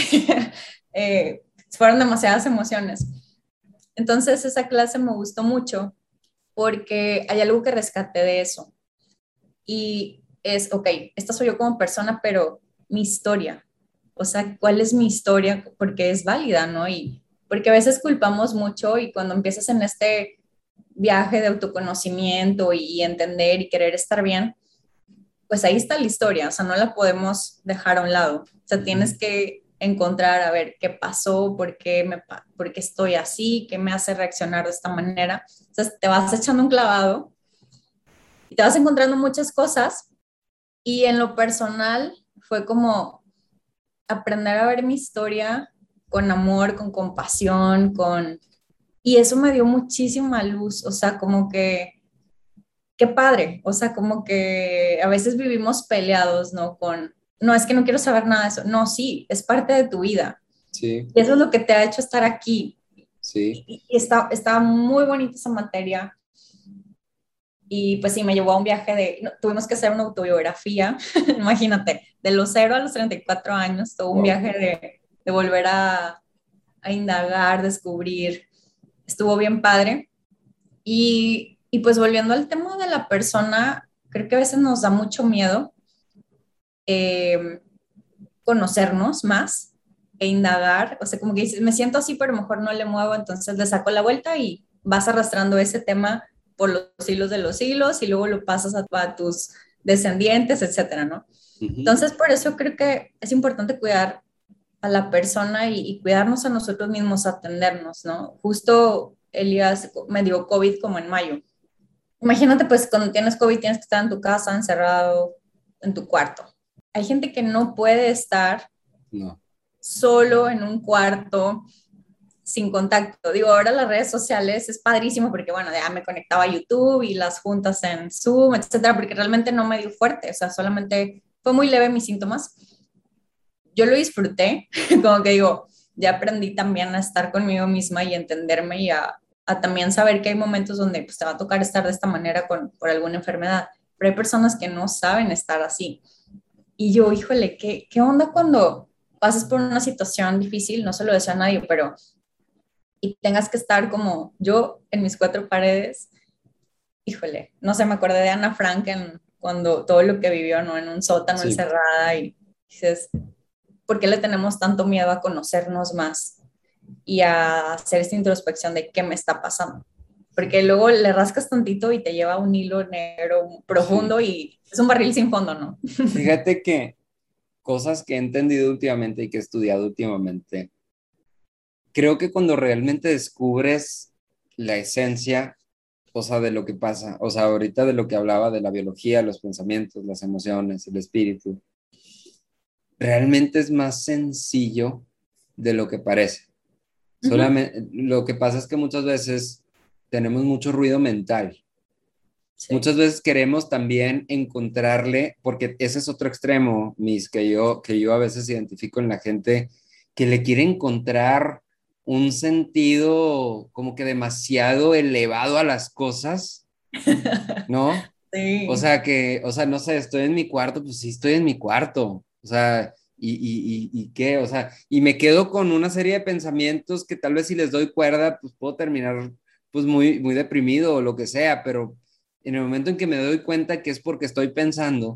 fueron demasiadas emociones. Entonces esa clase me gustó mucho porque hay algo que rescaté de eso y es, ok, esta soy yo como persona, pero mi historia, o sea, ¿cuál es mi historia? Porque es válida, ¿no? Y porque a veces culpamos mucho y cuando empiezas en este viaje de autoconocimiento y entender y querer estar bien, pues ahí está la historia, o sea, no la podemos dejar a un lado. O sea, tienes que encontrar, a ver, qué pasó, por qué estoy así, qué me hace reaccionar de esta manera. Entonces, te vas echando un clavado y te vas encontrando muchas cosas. Y en lo personal fue como aprender a ver mi historia con amor, con compasión, con... Y eso me dio muchísima luz, o sea, como que qué padre, o sea, como que a veces vivimos peleados, ¿no? No es que no quiero saber nada de eso, no, sí, es parte de tu vida. Sí. Y eso es lo que te ha hecho estar aquí. Sí. Y está muy bonita esa materia. Y pues sí, me llevó a un viaje no, tuvimos que hacer una autobiografía, imagínate, de los 0 a los 34 años, todo un Wow. viaje de volver a indagar, descubrir. Estuvo bien padre. Y pues volviendo al tema de la persona, creo que a veces nos da mucho miedo eh, conocernos más e indagar, o sea, como que dices, me siento así, pero mejor no le muevo, entonces le saco la vuelta y vas arrastrando ese tema por los hilos de los hilos y luego lo pasas a tus descendientes, etcétera, ¿no? Ujú. Entonces, por eso creo que es importante cuidar a la persona y cuidarnos a nosotros mismos, atendernos, ¿no? Justo Elías me dio COVID como en mayo. Imagínate, pues cuando tienes COVID tienes que estar en tu casa, encerrado en tu cuarto. Hay gente que no puede estar No. solo en un cuarto sin contacto. Digo, ahora las redes sociales es padrísimo porque, bueno, ya me conectaba a YouTube y las juntas en Zoom, etcétera, porque realmente no me dio fuerte, o sea, solamente fue muy leve mis síntomas. Yo lo disfruté, como que digo, ya aprendí también a estar conmigo misma y entenderme a también saber que hay momentos donde pues, te va a tocar estar de esta manera por alguna enfermedad, pero hay personas que no saben estar así. Y yo, híjole, ¿qué onda cuando pases por una situación difícil? No se lo deseo a nadie, pero y tengas que estar como yo en mis cuatro paredes. Híjole, no sé, me acordé de Ana Frank cuando todo lo que vivió, ¿no? En un sótano Sí. encerrada y dices, ¿por qué le tenemos tanto miedo a conocernos más y a hacer esta introspección de qué me está pasando? Porque luego le rascas tantito y te lleva un hilo negro profundo Sí. y es un barril sin fondo, ¿no? Fíjate que cosas que he entendido últimamente y que he estudiado últimamente, creo que cuando realmente descubres la esencia, o sea, de lo que pasa, o sea, ahorita de lo que hablaba de la biología, los pensamientos, las emociones, el espíritu, realmente es más sencillo de lo que parece. Ujú. Solamente, lo que pasa es que muchas veces tenemos mucho ruido mental. Sí. Muchas veces queremos también encontrarle, porque ese es otro extremo, que yo a veces identifico en la gente que le quiere encontrar un sentido como que demasiado elevado a las cosas, ¿no? Sí. O sea, no sé, estoy en mi cuarto, pues sí estoy en mi cuarto, o sea, y qué, o sea, y me quedo con una serie de pensamientos que tal vez si les doy cuerda, pues puedo terminar pues muy, muy deprimido o lo que sea, pero en el momento en que me doy cuenta que es porque estoy pensando,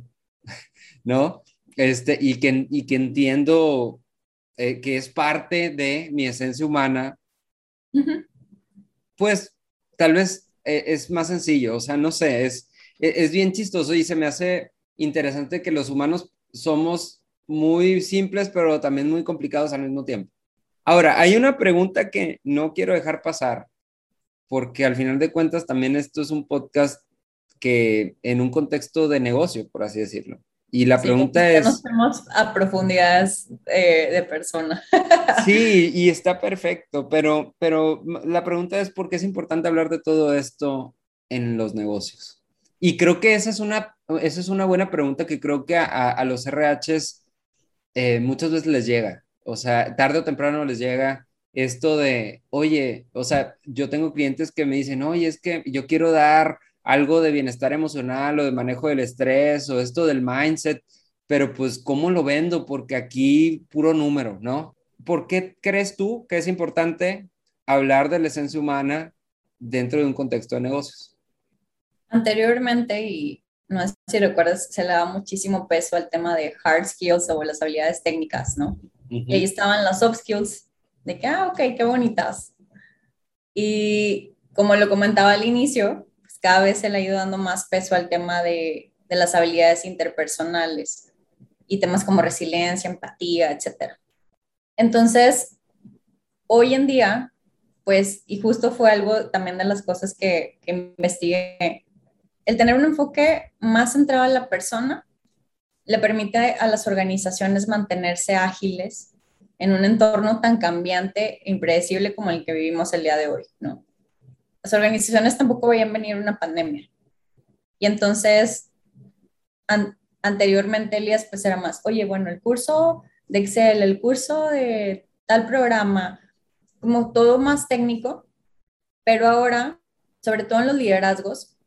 ¿no? Y que entiendo que es parte de mi esencia humana, Ujú. pues tal vez es más sencillo, o sea, no sé, es bien chistoso y se me hace interesante que los humanos somos muy simples, pero también muy complicados al mismo tiempo. Ahora, hay una pregunta que no quiero dejar pasar, porque al final de cuentas también esto es un podcast que en un contexto de negocio, por así decirlo. Y la Sí, pregunta ya nos es, fuimos a profundidades de persona. sí, y está perfecto, pero la pregunta es por qué es importante hablar de todo esto en los negocios. Y creo que esa es una buena pregunta que creo que a los RHs muchas veces les llega. O sea, tarde o temprano les llega esto de, oye, o sea, yo tengo clientes que me dicen, oye, es que yo quiero dar algo de bienestar emocional o de manejo del estrés o esto del mindset, pero pues, ¿cómo lo vendo? Porque aquí puro número, ¿no? ¿Por qué crees tú que es importante hablar de la esencia humana dentro de un contexto de negocios? Anteriormente, y no sé si recuerdas, se le daba muchísimo peso al tema de hard skills o las habilidades técnicas, ¿no? Y ahí Ujú. estaban las soft skills, de que, ok, qué bonitas. Y como lo comentaba al inicio, pues cada vez se le ha ido dando más peso al tema de las habilidades interpersonales y temas como resiliencia, empatía, etcétera. Entonces, hoy en día, pues, y justo fue algo también de las cosas que investigué, el tener un enfoque más centrado en la persona le permite a las organizaciones mantenerse ágiles en un entorno tan cambiante e impredecible como el que vivimos el día de hoy, ¿no? Las organizaciones tampoco veían venir una pandemia. Y entonces, anteriormente, Elías, pues era más, oye, bueno, el curso de Excel, el curso de tal programa, como todo más técnico, pero ahora, sobre todo en los liderazgos,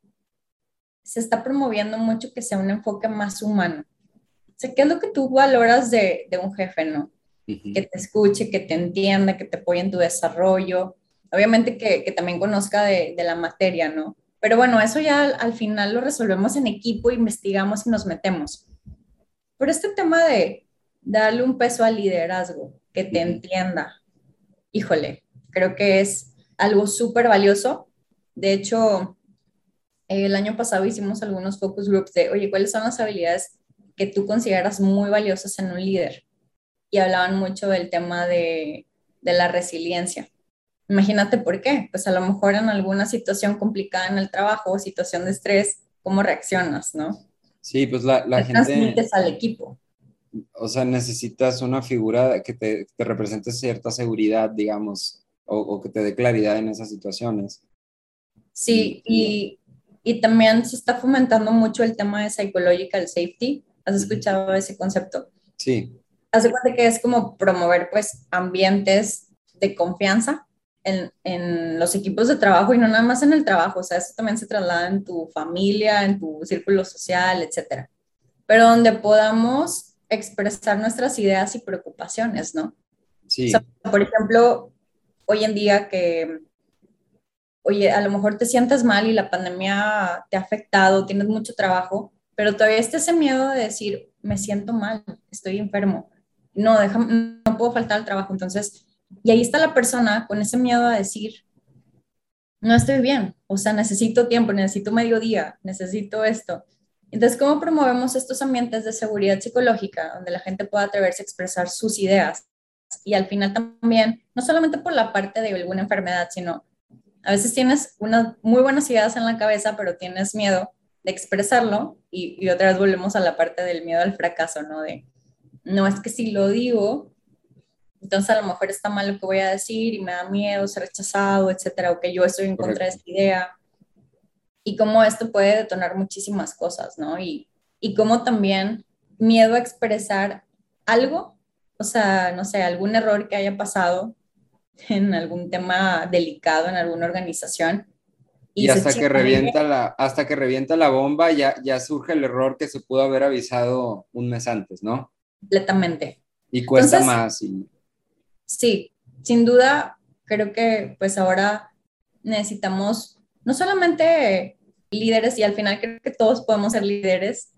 se está promoviendo mucho que sea un enfoque más humano. O sea, ¿qué es lo que tú valoras de un jefe, no? Que Ujú. te escuche, que te entienda, que te apoye en tu desarrollo. Obviamente que también conozca de la materia, ¿no? Pero bueno, eso ya al final lo resolvemos en equipo, investigamos y nos metemos. Pero este tema de darle un peso al liderazgo, que te Ujú. entienda, híjole, creo que es algo súper valioso. De hecho, el año pasado hicimos algunos focus groups de, oye, ¿cuáles son las habilidades que tú consideras muy valiosas en un líder? Y hablaban mucho del tema de la resiliencia. Imagínate por qué. Pues a lo mejor en alguna situación complicada en el trabajo o situación de estrés, ¿cómo reaccionas, no? Sí, pues la ¿Qué gente, transmites al equipo? o sea, necesitas una figura que te represente cierta seguridad, digamos, o que te dé claridad en esas situaciones. Y, Sí, y también se está fomentando mucho el tema de psychological safety. ¿Has ujú. escuchado ese concepto? Sí, Haz de cuenta que es como promover pues ambientes de confianza en los equipos de trabajo y no nada más en el trabajo, o sea, eso también se traslada en tu familia, en tu círculo social, etcétera. Pero donde podamos expresar nuestras ideas y preocupaciones, ¿no? O sea, Sí, por ejemplo, hoy en día que, oye, a lo mejor te sientes mal y la pandemia te ha afectado, tienes mucho trabajo, pero todavía está ese miedo de decir, me siento mal, estoy enfermo, no, déjame, no puedo faltar al trabajo. Entonces, y ahí está la persona con ese miedo a decir, no estoy bien, o sea, necesito tiempo, necesito mediodía, necesito esto. Entonces, ¿cómo promovemos estos ambientes de seguridad psicológica donde la gente pueda atreverse a expresar sus ideas? Y al final también, no solamente por la parte de alguna enfermedad, sino a veces tienes unas muy buenas ideas en la cabeza, pero tienes miedo de expresarlo y otra vez volvemos a la parte del miedo al fracaso, ¿no? De, no es que si lo digo, entonces a lo mejor está mal lo que voy a decir y me da miedo ser rechazado, etcétera, o que yo estoy en contra de correcto. esta idea. Y cómo esto puede detonar muchísimas cosas, ¿no? Y cómo también miedo a expresar algo, o sea, no sé, algún error que haya pasado en algún tema delicado en alguna organización Y y se chinga hasta que revienta la bomba, ya surge el error que se pudo haber avisado un mes antes, ¿no? completamente. Y cuesta Entonces, más. Y sí, sin duda, creo que pues ahora necesitamos no solamente líderes, y al final creo que todos podemos ser líderes,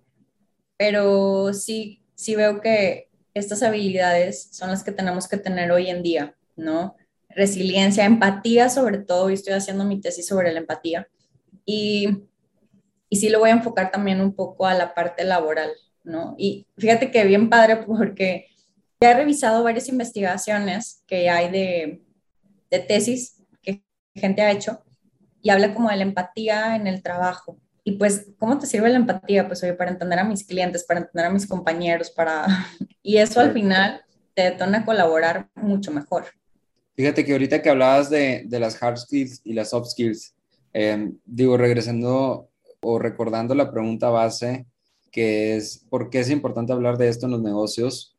pero sí, sí veo que estas habilidades son las que tenemos que tener hoy en día, ¿no? Resiliencia, empatía sobre todo, y estoy haciendo mi tesis sobre la empatía, y, y sí lo voy a enfocar también un poco a la parte laboral, ¿no? Y fíjate que bien padre porque ya he revisado varias investigaciones que hay de tesis que gente ha hecho y habla como de la empatía en el trabajo. Y pues, ¿cómo te sirve la empatía? Pues, oye, para entender a mis clientes, para entender a mis compañeros, para... Y eso al correcto. final te detona a colaborar mucho mejor. Fíjate que ahorita que hablabas de las hard skills y las soft skills, digo, regresando o recordando la pregunta base, que es, ¿por qué es importante hablar de esto en los negocios?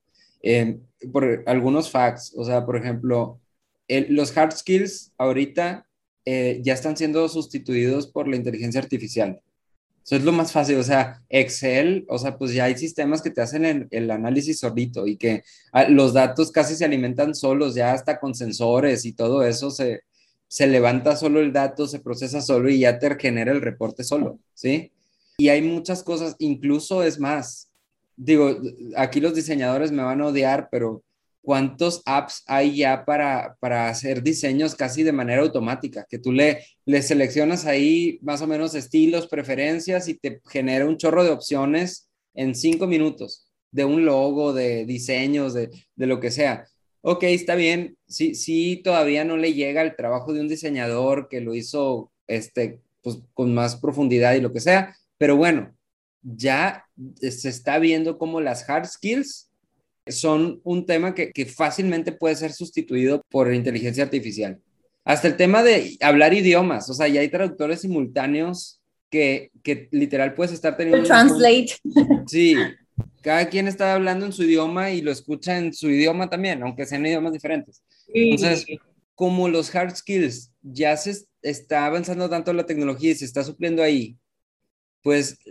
Por algunos facts, o sea, por ejemplo, los hard skills ahorita ya están siendo sustituidos por la inteligencia artificial. Eso es lo más fácil, o sea, Excel, o sea, pues ya hay sistemas que te hacen el análisis solito y que los datos casi se alimentan solos, ya hasta con sensores y todo eso se levanta solo el dato, se procesa solo y ya te genera el reporte solo, ¿sí? Y hay muchas cosas, incluso es más, digo, aquí los diseñadores me van a odiar, pero ¿cuántos apps hay ya para hacer diseños casi de manera automática? Que tú le seleccionas ahí más o menos estilos, preferencias y te genera un chorro de opciones en 5 minutos de un logo, de diseños, de lo que sea. Ok, está bien. Sí, sí, todavía no le llega el trabajo de un diseñador que lo hizo pues, con más profundidad y lo que sea, pero bueno, ya se está viendo como las hard skills son un tema que fácilmente puede ser sustituido por inteligencia artificial. Hasta el tema de hablar idiomas, o sea, ya hay traductores simultáneos que literal puedes estar teniendo una junta. Translate. Sí, cada quien está hablando en su idioma y lo escucha en su idioma también, aunque sean idiomas diferentes. Entonces, Sí. como los hard skills ya se está avanzando tanto la tecnología y se está supliendo ahí, pues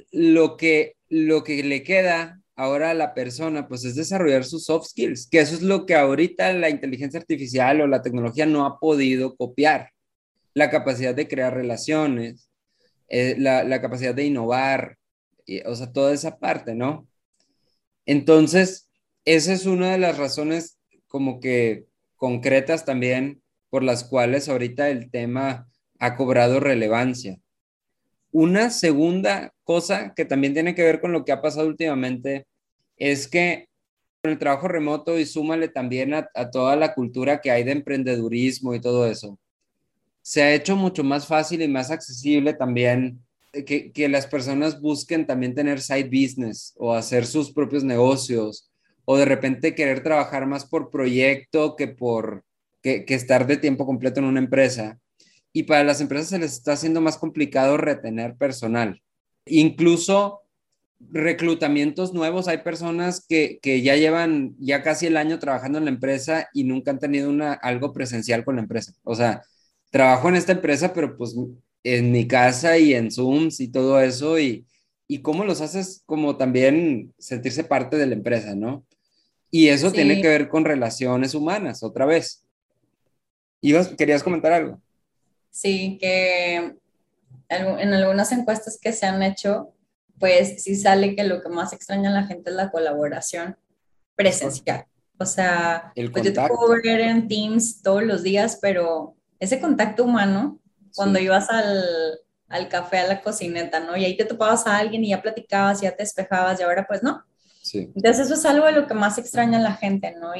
lo que le queda ahora a la persona, pues es desarrollar sus soft skills, que eso es lo que ahorita la inteligencia artificial o la tecnología no ha podido copiar. La capacidad de crear relaciones, la capacidad de innovar, o sea, toda esa parte, ¿no? Entonces, esa es una de las razones como que concretas también por las cuales ahorita el tema ha cobrado relevancia. Una segunda cosa que también tiene que ver con lo que ha pasado últimamente es que con el trabajo remoto y súmale también a toda la cultura que hay de emprendedurismo y todo eso, se ha hecho mucho más fácil y más accesible también que las personas busquen también tener side business o hacer sus propios negocios o de repente querer trabajar más por proyecto que estar de tiempo completo en una empresa. Y para las empresas se les está haciendo más complicado retener personal. Incluso reclutamientos nuevos, hay personas que ya llevan ya casi el año trabajando en la empresa y nunca han tenido algo presencial con la empresa. O sea, trabajo en esta empresa, pero pues en mi casa y en Zooms y todo eso, y cómo los haces como también sentirse parte de la empresa, ¿no? Y eso tiene que Sí, ver con relaciones humanas, otra vez. ¿Querías comentar algo? sí, que en algunas encuestas que se han hecho, pues sí sale que lo que más extraña a la gente es la colaboración Es correcto. presencial. O sea, El pues yo te puedo contacto, ver en Teams todos los días, pero ese contacto humano, cuando sí, ibas al café, a la cocineta, ¿no? Y ahí te topabas a alguien y ya platicabas, ya te despejabas, y ahora pues no. sí, Entonces eso es algo de lo que más extraña a la gente, ¿no?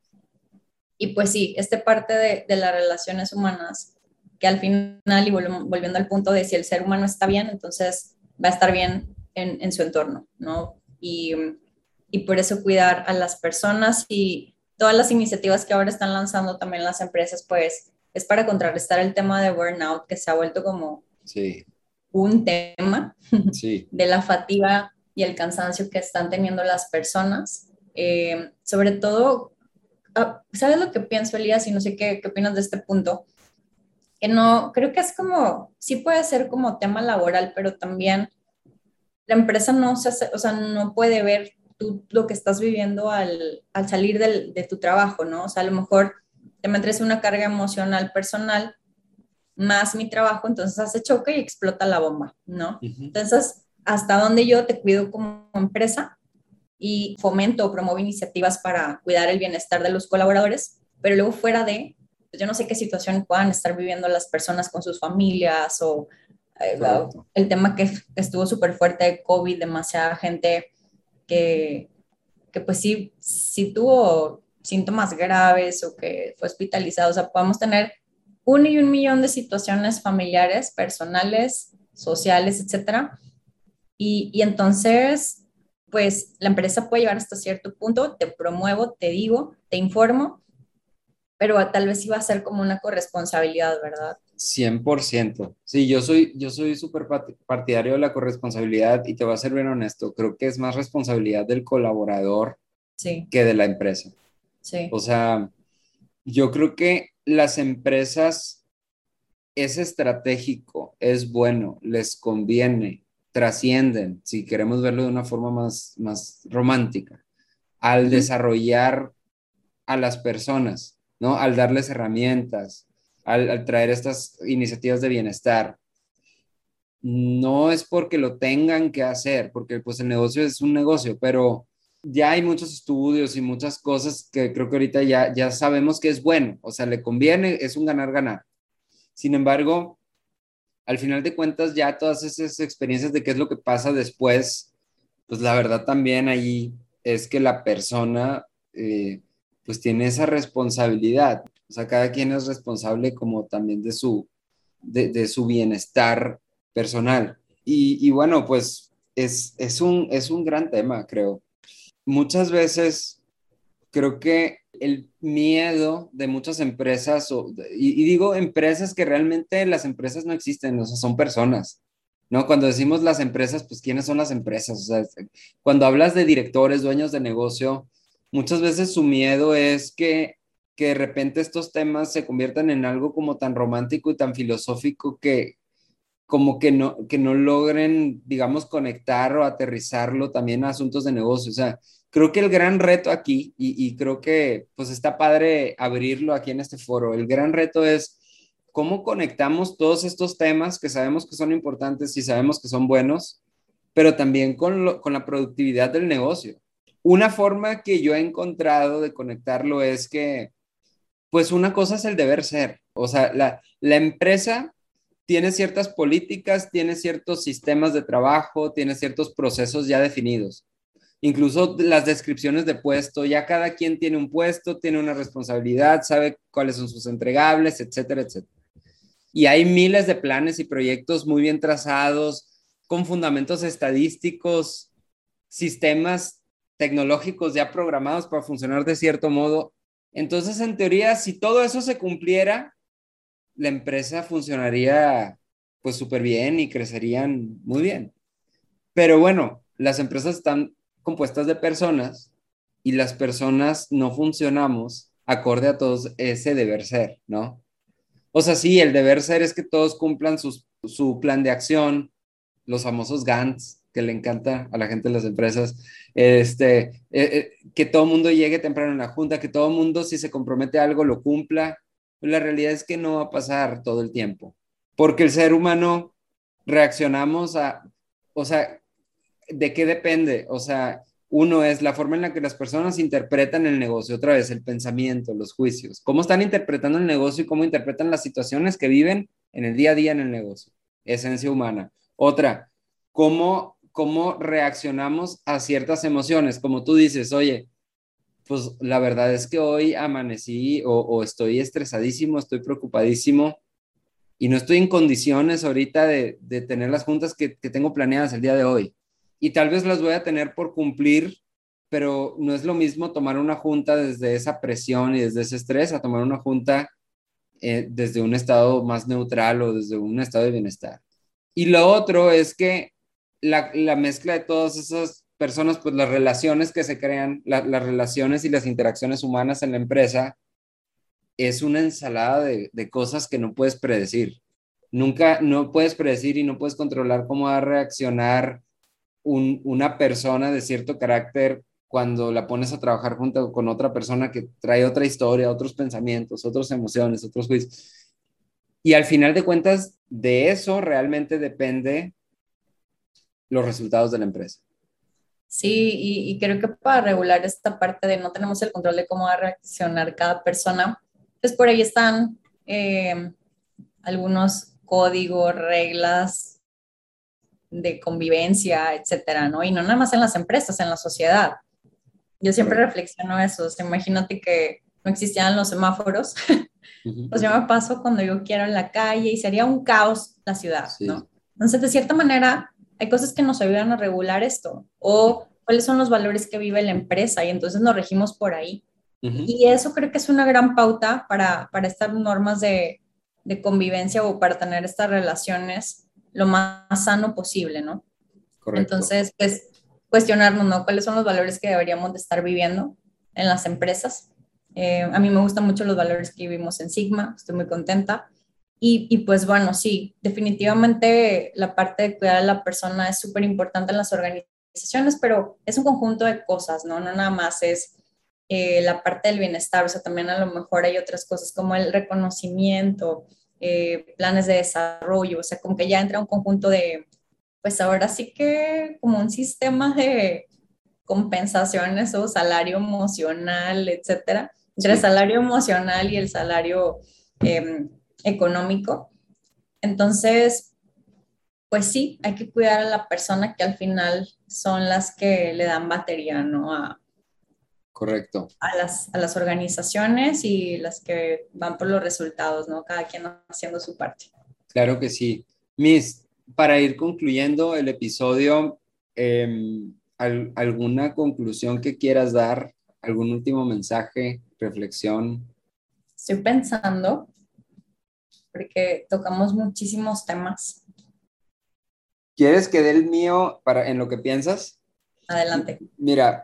Y pues sí, esta parte de las relaciones humanas, que al final, y volviendo al punto de si el ser humano está bien, entonces va a estar bien en su entorno, ¿no? Y por eso cuidar a las personas y todas las iniciativas que ahora están lanzando también las empresas, pues es para contrarrestar el tema de burnout, que se ha vuelto como sí, un tema sí. de la fatiga y el cansancio que están teniendo las personas. Sobre todo, ¿sabes lo que pienso, Elías? Y no sé qué opinas de este punto. Que no, creo que es como, sí puede ser como tema laboral, pero también la empresa no se hace, o sea, no puede ver tú lo que estás viviendo al salir de tu trabajo, ¿no? O sea, a lo mejor te metes una carga emocional personal más mi trabajo, entonces hace choque y explota la bomba, ¿no? Ujú. Entonces, hasta donde yo te cuido como empresa y fomento o promuevo iniciativas para cuidar el bienestar de los colaboradores, pero luego fuera de, pues yo no sé qué situación puedan estar viviendo las personas con sus familias o Correcto. el tema que estuvo súper fuerte de COVID, demasiada gente que, que pues sí, sí tuvo síntomas graves o que fue hospitalizado. O sea, podemos tener un millón de situaciones familiares, personales, sociales, etcétera. Y entonces, pues la empresa puede llegar hasta cierto punto, te promuevo, te digo, te informo, pero tal vez sí va a ser como una corresponsabilidad, ¿verdad? 100%. Sí, yo soy súper partidario de la corresponsabilidad y te voy a ser bien honesto, creo que es más responsabilidad del colaborador Sí, que de la empresa. O sí. sea, yo creo que las empresas es estratégico, es bueno, les conviene, trascienden, si queremos verlo de una forma más romántica, al Ujú. desarrollar a las personas, ¿no? Al darles herramientas, al traer estas iniciativas de bienestar. No es porque lo tengan que hacer, porque pues el negocio es un negocio, pero ya hay muchos estudios y muchas cosas que creo que ahorita ya sabemos que es bueno, o sea, le conviene, es un ganar-ganar. Sin embargo, al final de cuentas, ya todas esas experiencias de qué es lo que pasa después, pues la verdad también ahí es que la persona pues tiene esa responsabilidad. O sea, cada quien es responsable como también de su bienestar personal. Y bueno, pues es un gran tema, creo. Muchas veces creo que el miedo de muchas empresas, y digo empresas que realmente las empresas no existen, o sea, son personas, ¿no? Cuando decimos las empresas, pues ¿quiénes son las empresas? O sea, cuando hablas de directores, dueños de negocio, muchas veces su miedo es que de repente estos temas se conviertan en algo como tan romántico y tan filosófico que como que no logren, digamos, conectar o aterrizarlo también a asuntos de negocio. O sea, creo que el gran reto aquí, y creo que pues está padre abrirlo aquí en este foro, el gran reto es cómo conectamos todos estos temas que sabemos que son importantes y sabemos que son buenos, pero también con la productividad del negocio. Una forma que yo he encontrado de conectarlo es que, pues una cosa es el deber ser. O sea, la empresa tiene ciertas políticas, tiene ciertos sistemas de trabajo, tiene ciertos procesos ya definidos. Incluso las descripciones de puesto, ya cada quien tiene un puesto, tiene una responsabilidad, sabe cuáles son sus entregables, etcétera, etcétera. Y hay miles de planes y proyectos muy bien trazados, con fundamentos estadísticos, sistemas tecnológicos ya programados para funcionar de cierto modo. Entonces, en teoría, si todo eso se cumpliera, la empresa funcionaría pues súper bien y crecerían muy bien. Pero bueno, las empresas están compuestas de personas y las personas no funcionamos acorde a todos ese deber ser, ¿no? O sea, sí, el deber ser es que todos cumplan su plan de acción, los famosos GANTs, que le encanta a la gente de las empresas, que todo el mundo llegue temprano en la junta, que todo el mundo, si se compromete a algo, lo cumpla. La realidad es que no va a pasar todo el tiempo, porque el ser humano reaccionamos o sea, ¿de qué depende? O sea, uno es la forma en la que las personas interpretan el negocio, otra vez el pensamiento, los juicios, cómo están interpretando el negocio y cómo interpretan las situaciones que viven en el día a día en el negocio, esencia humana. Otra, cómo reaccionamos a ciertas emociones, como tú dices, oye, pues la verdad es que hoy amanecí o estoy estresadísimo, estoy preocupadísimo y no estoy en condiciones ahorita de tener las juntas que tengo planeadas el día de hoy. Y tal vez las voy a tener por cumplir, pero no es lo mismo tomar una junta desde esa presión y desde ese estrés a tomar una junta desde un estado más neutral o desde un estado de bienestar. Y lo otro es que la mezcla de todas esas personas, pues las relaciones que se crean, las relaciones y las interacciones humanas en la empresa, es una ensalada de cosas que no puedes predecir. Nunca, no puedes predecir y no puedes controlar cómo va a reaccionar una persona de cierto carácter cuando la pones a trabajar junto con otra persona que trae otra historia, otros pensamientos, otras emociones, otros juicios. Y al final de cuentas, de eso realmente depende los resultados de la empresa. Sí, y creo que para regular esta parte de no tenemos el control de cómo va a reaccionar cada persona, pues por ahí están algunos códigos, reglas de convivencia, etcétera, ¿no? Y no nada más en las empresas, en la sociedad. Yo siempre reflexiono eso, o sea, imagínate que no existieran los semáforos, pues yo me paso cuando yo quiero en la calle y sería un caos la ciudad, Sí. ¿no? Entonces, de cierta manera, hay cosas que nos ayudan a regular esto, o cuáles son los valores que vive la empresa, y entonces nos regimos por ahí. Y eso creo que es una gran pauta para estas normas de convivencia o para tener estas relaciones lo más sano posible, ¿no? Correcto. Entonces, pues, cuestionarnos, ¿no? ¿Cuáles son los valores que deberíamos de estar viviendo en las empresas? A mí me gustan mucho los valores que vivimos en Sigma, estoy muy contenta. Y pues bueno, sí, definitivamente la parte de cuidar a la persona es súper importante en las organizaciones, pero es un conjunto de cosas, ¿no? No nada más es la parte del bienestar, o sea, también a lo mejor hay otras cosas como el reconocimiento, planes de desarrollo, o sea, como que ya entra un conjunto de, pues ahora sí que como un sistema de compensaciones o salario emocional, etcétera, entre el salario emocional y el salario económico. Entonces, pues sí, hay que cuidar a la persona que al final son las que le dan batería, ¿no? Correcto. A las organizaciones y las que van por los resultados, ¿no? Cada quien haciendo su parte. Claro que sí. Miss, para ir concluyendo el episodio, ¿alguna conclusión que quieras dar? ¿Algún último mensaje, reflexión? Estoy pensando, porque tocamos muchísimos temas. ¿Quieres que dé el mío en lo que piensas? Adelante. Mira,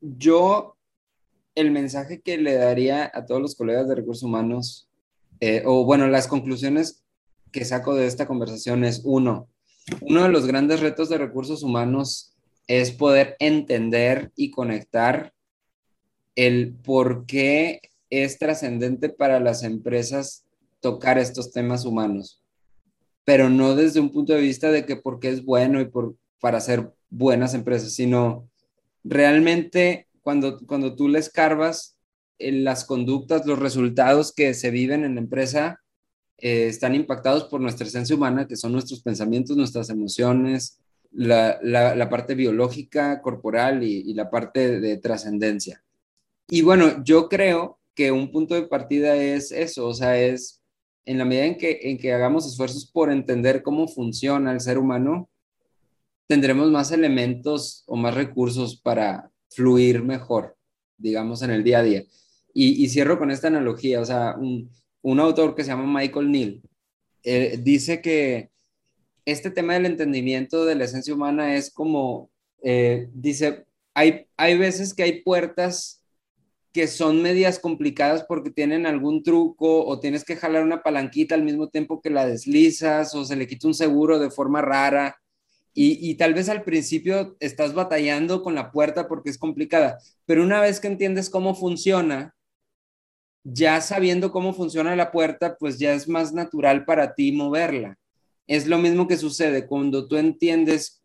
el mensaje que le daría a todos los colegas de recursos humanos, o bueno, las conclusiones que saco de esta conversación es uno de los grandes retos de recursos humanos es poder entender y conectar el por qué es trascendente para las empresas tocar estos temas humanos, pero no desde un punto de vista de que porque es bueno y para ser buenas empresas, sino realmente cuando tú le escarbas las conductas, los resultados que se viven en la empresa, están impactados por nuestra esencia humana, que son nuestros pensamientos, nuestras emociones, la parte biológica, corporal y la parte de trascendencia. Y bueno, yo creo que un punto de partida es eso, o sea, es en la medida en que hagamos esfuerzos por entender cómo funciona el ser humano, tendremos más elementos o más recursos para fluir mejor, digamos, en el día a día. Y cierro con esta analogía, o sea, un autor que se llama Michael Neal dice que este tema del entendimiento de la esencia humana es como Dice, hay veces que hay puertas que son medias complicadas porque tienen algún truco o tienes que jalar una palanquita al mismo tiempo que la deslizas o se le quita un seguro de forma rara y tal vez al principio estás batallando con la puerta porque es complicada, pero una vez que entiendes cómo funciona, ya sabiendo cómo funciona la puerta, pues ya es más natural para ti moverla. Es lo mismo que sucede cuando tú entiendes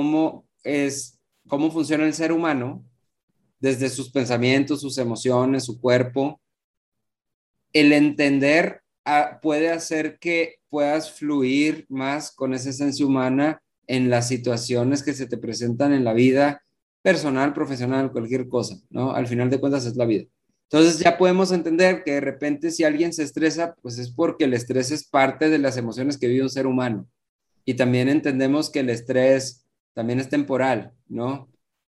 cómo funciona el ser humano, desde sus pensamientos, sus emociones, su cuerpo. El entender puede hacer que puedas fluir más con esa esencia humana en las situaciones que se te presentan en la vida personal, profesional, cualquier cosa, ¿no? Al final de cuentas es la vida. Entonces ya podemos entender que de repente si alguien se estresa, pues es porque el estrés es parte de las emociones que vive un ser humano. Y también entendemos que el estrés también es temporal, ¿no?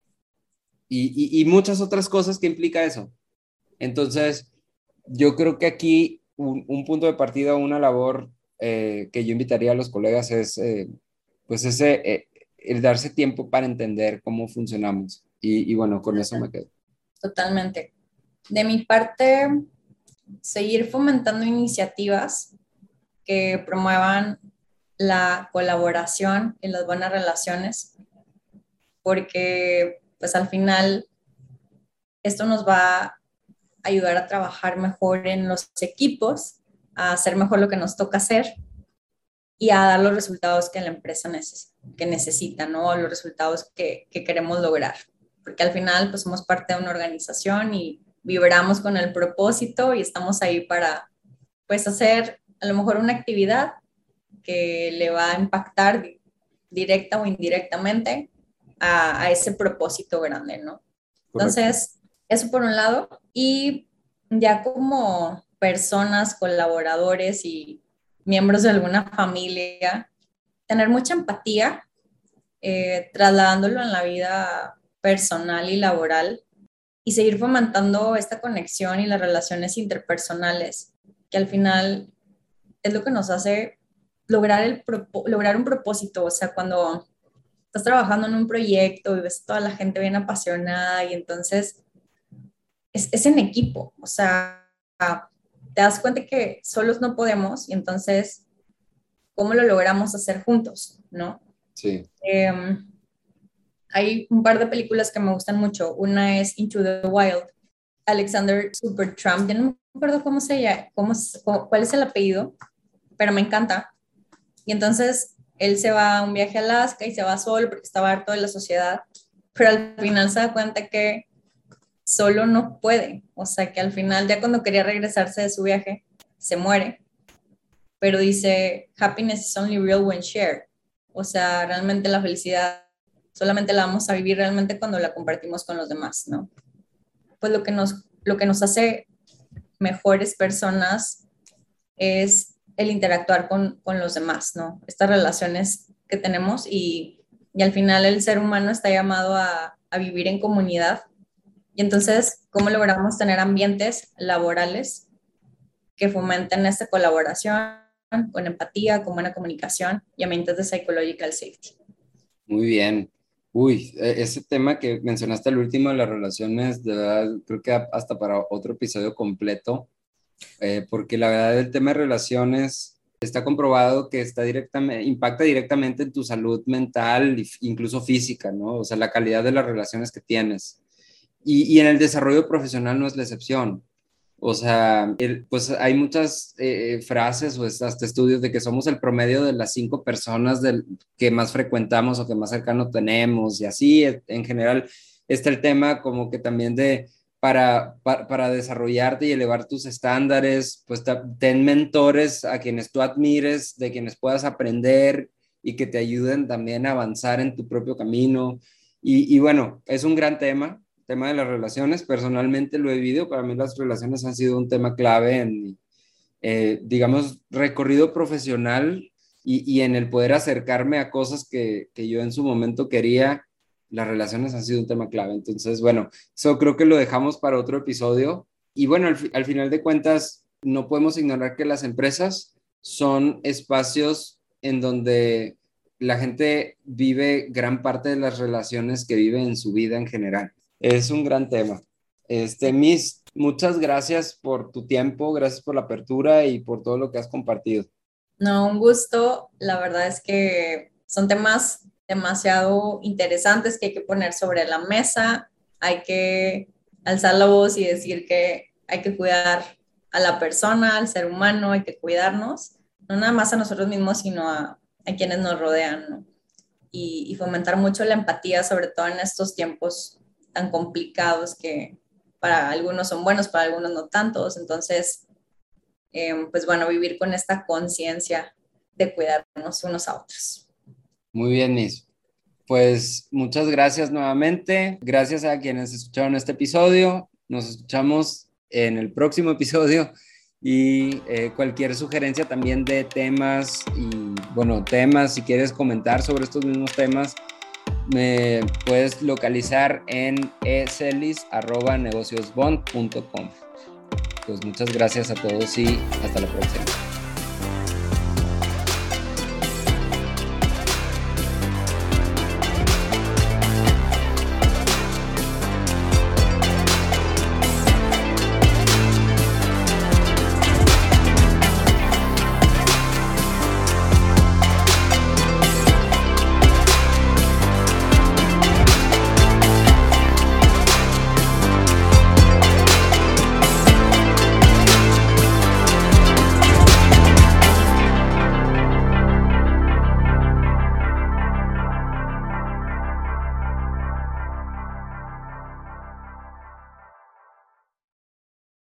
Y muchas otras cosas que implica eso. Entonces, yo creo que aquí un punto de partida, una labor que yo invitaría a los colegas es, pues, el darse tiempo para entender cómo funcionamos. Y bueno, con eso me quedo. Totalmente. De mi parte, seguir fomentando iniciativas que promuevan la colaboración y las buenas relaciones, porque pues al final esto nos va a ayudar a trabajar mejor en los equipos, a hacer mejor lo que nos toca hacer y a dar los resultados que la empresa que necesita, ¿no? Los resultados que queremos lograr. Porque al final, pues somos parte de una organización y vibramos con el propósito y estamos ahí para, pues, hacer a lo mejor una actividad que le va a impactar directa o indirectamente a ese propósito grande, ¿no? Correcto. Entonces, eso por un lado. Y ya como personas, colaboradores y miembros de alguna familia, tener mucha empatía, trasladándolo en la vida personal y laboral y seguir fomentando esta conexión y las relaciones interpersonales, que al final es lo que nos hace lograr un propósito. O sea, cuando estás trabajando en un proyecto y ves toda la gente bien apasionada y entonces es en equipo, o sea, te das cuenta que solos no podemos y entonces, ¿cómo lo logramos hacer juntos? ¿No? Sí. Hay un par de películas que me gustan mucho. Una es Into the Wild. Alexander Supertramp, ya no me acuerdo cómo se llama, cuál es el apellido, pero me encanta. Y entonces él se va a un viaje a Alaska y se va solo porque estaba harto de la sociedad, pero al final se da cuenta que solo no puede. O sea, que al final, ya cuando quería regresarse de su viaje, se muere. Pero dice, happiness is only real when shared. O sea, realmente la felicidad solamente la vamos a vivir realmente cuando la compartimos con los demás, ¿no? Pues lo que nos hace mejores personas es el interactuar con los demás, ¿no? Estas relaciones que tenemos y al final el ser humano está llamado a vivir en comunidad. Y entonces, ¿cómo logramos tener ambientes laborales que fomenten esta colaboración con empatía, con buena comunicación y ambientes de psychological safety? Muy bien. Uy, ese tema que mencionaste al último de las relaciones, de verdad, creo que hasta para otro episodio completo, porque la verdad el tema de relaciones está comprobado que impacta directamente en tu salud mental e incluso física, ¿no? O sea, la calidad de las relaciones que tienes. Y en el desarrollo profesional no es la excepción. O sea, pues hay muchas frases o hasta estudios de que somos el promedio de las 5 personas que más frecuentamos o que más cercano tenemos y así en general está el tema como que también para desarrollarte y elevar tus estándares, pues ten mentores a quienes tú admires, de quienes puedas aprender y que te ayuden también a avanzar en tu propio camino. Y bueno, es un gran tema de las relaciones. Personalmente lo he vivido, para mí las relaciones han sido un tema clave en mi, digamos, recorrido profesional y en el poder acercarme a cosas que yo en su momento quería. Las relaciones han sido un tema clave. Entonces, bueno, eso creo que lo dejamos para otro episodio. Y bueno, al final de cuentas, no podemos ignorar que las empresas son espacios en donde la gente vive gran parte de las relaciones que vive en su vida en general. Es un gran tema. Miss, muchas gracias por tu tiempo, gracias por la apertura y por todo lo que has compartido. No, un gusto. La verdad es que son temas demasiado interesantes que hay que poner sobre la mesa. Hay que alzar la voz y decir que hay que cuidar a la persona, al ser humano, hay que cuidarnos, no nada más a nosotros mismos, sino a quienes nos rodean, ¿no? Y fomentar mucho la empatía, sobre todo en estos tiempos tan complicados que para algunos son buenos, para algunos no tantos. Entonces, pues bueno, vivir con esta conciencia de cuidarnos unos a otros. Muy bien, Miss. Pues muchas gracias nuevamente. Gracias a quienes escucharon este episodio. Nos escuchamos en el próximo episodio y cualquier sugerencia también de temas y, bueno, temas, si quieres comentar sobre estos mismos temas, me puedes localizar enecelis@negociosbond.com. Pues muchas gracias a todos y hasta la próxima.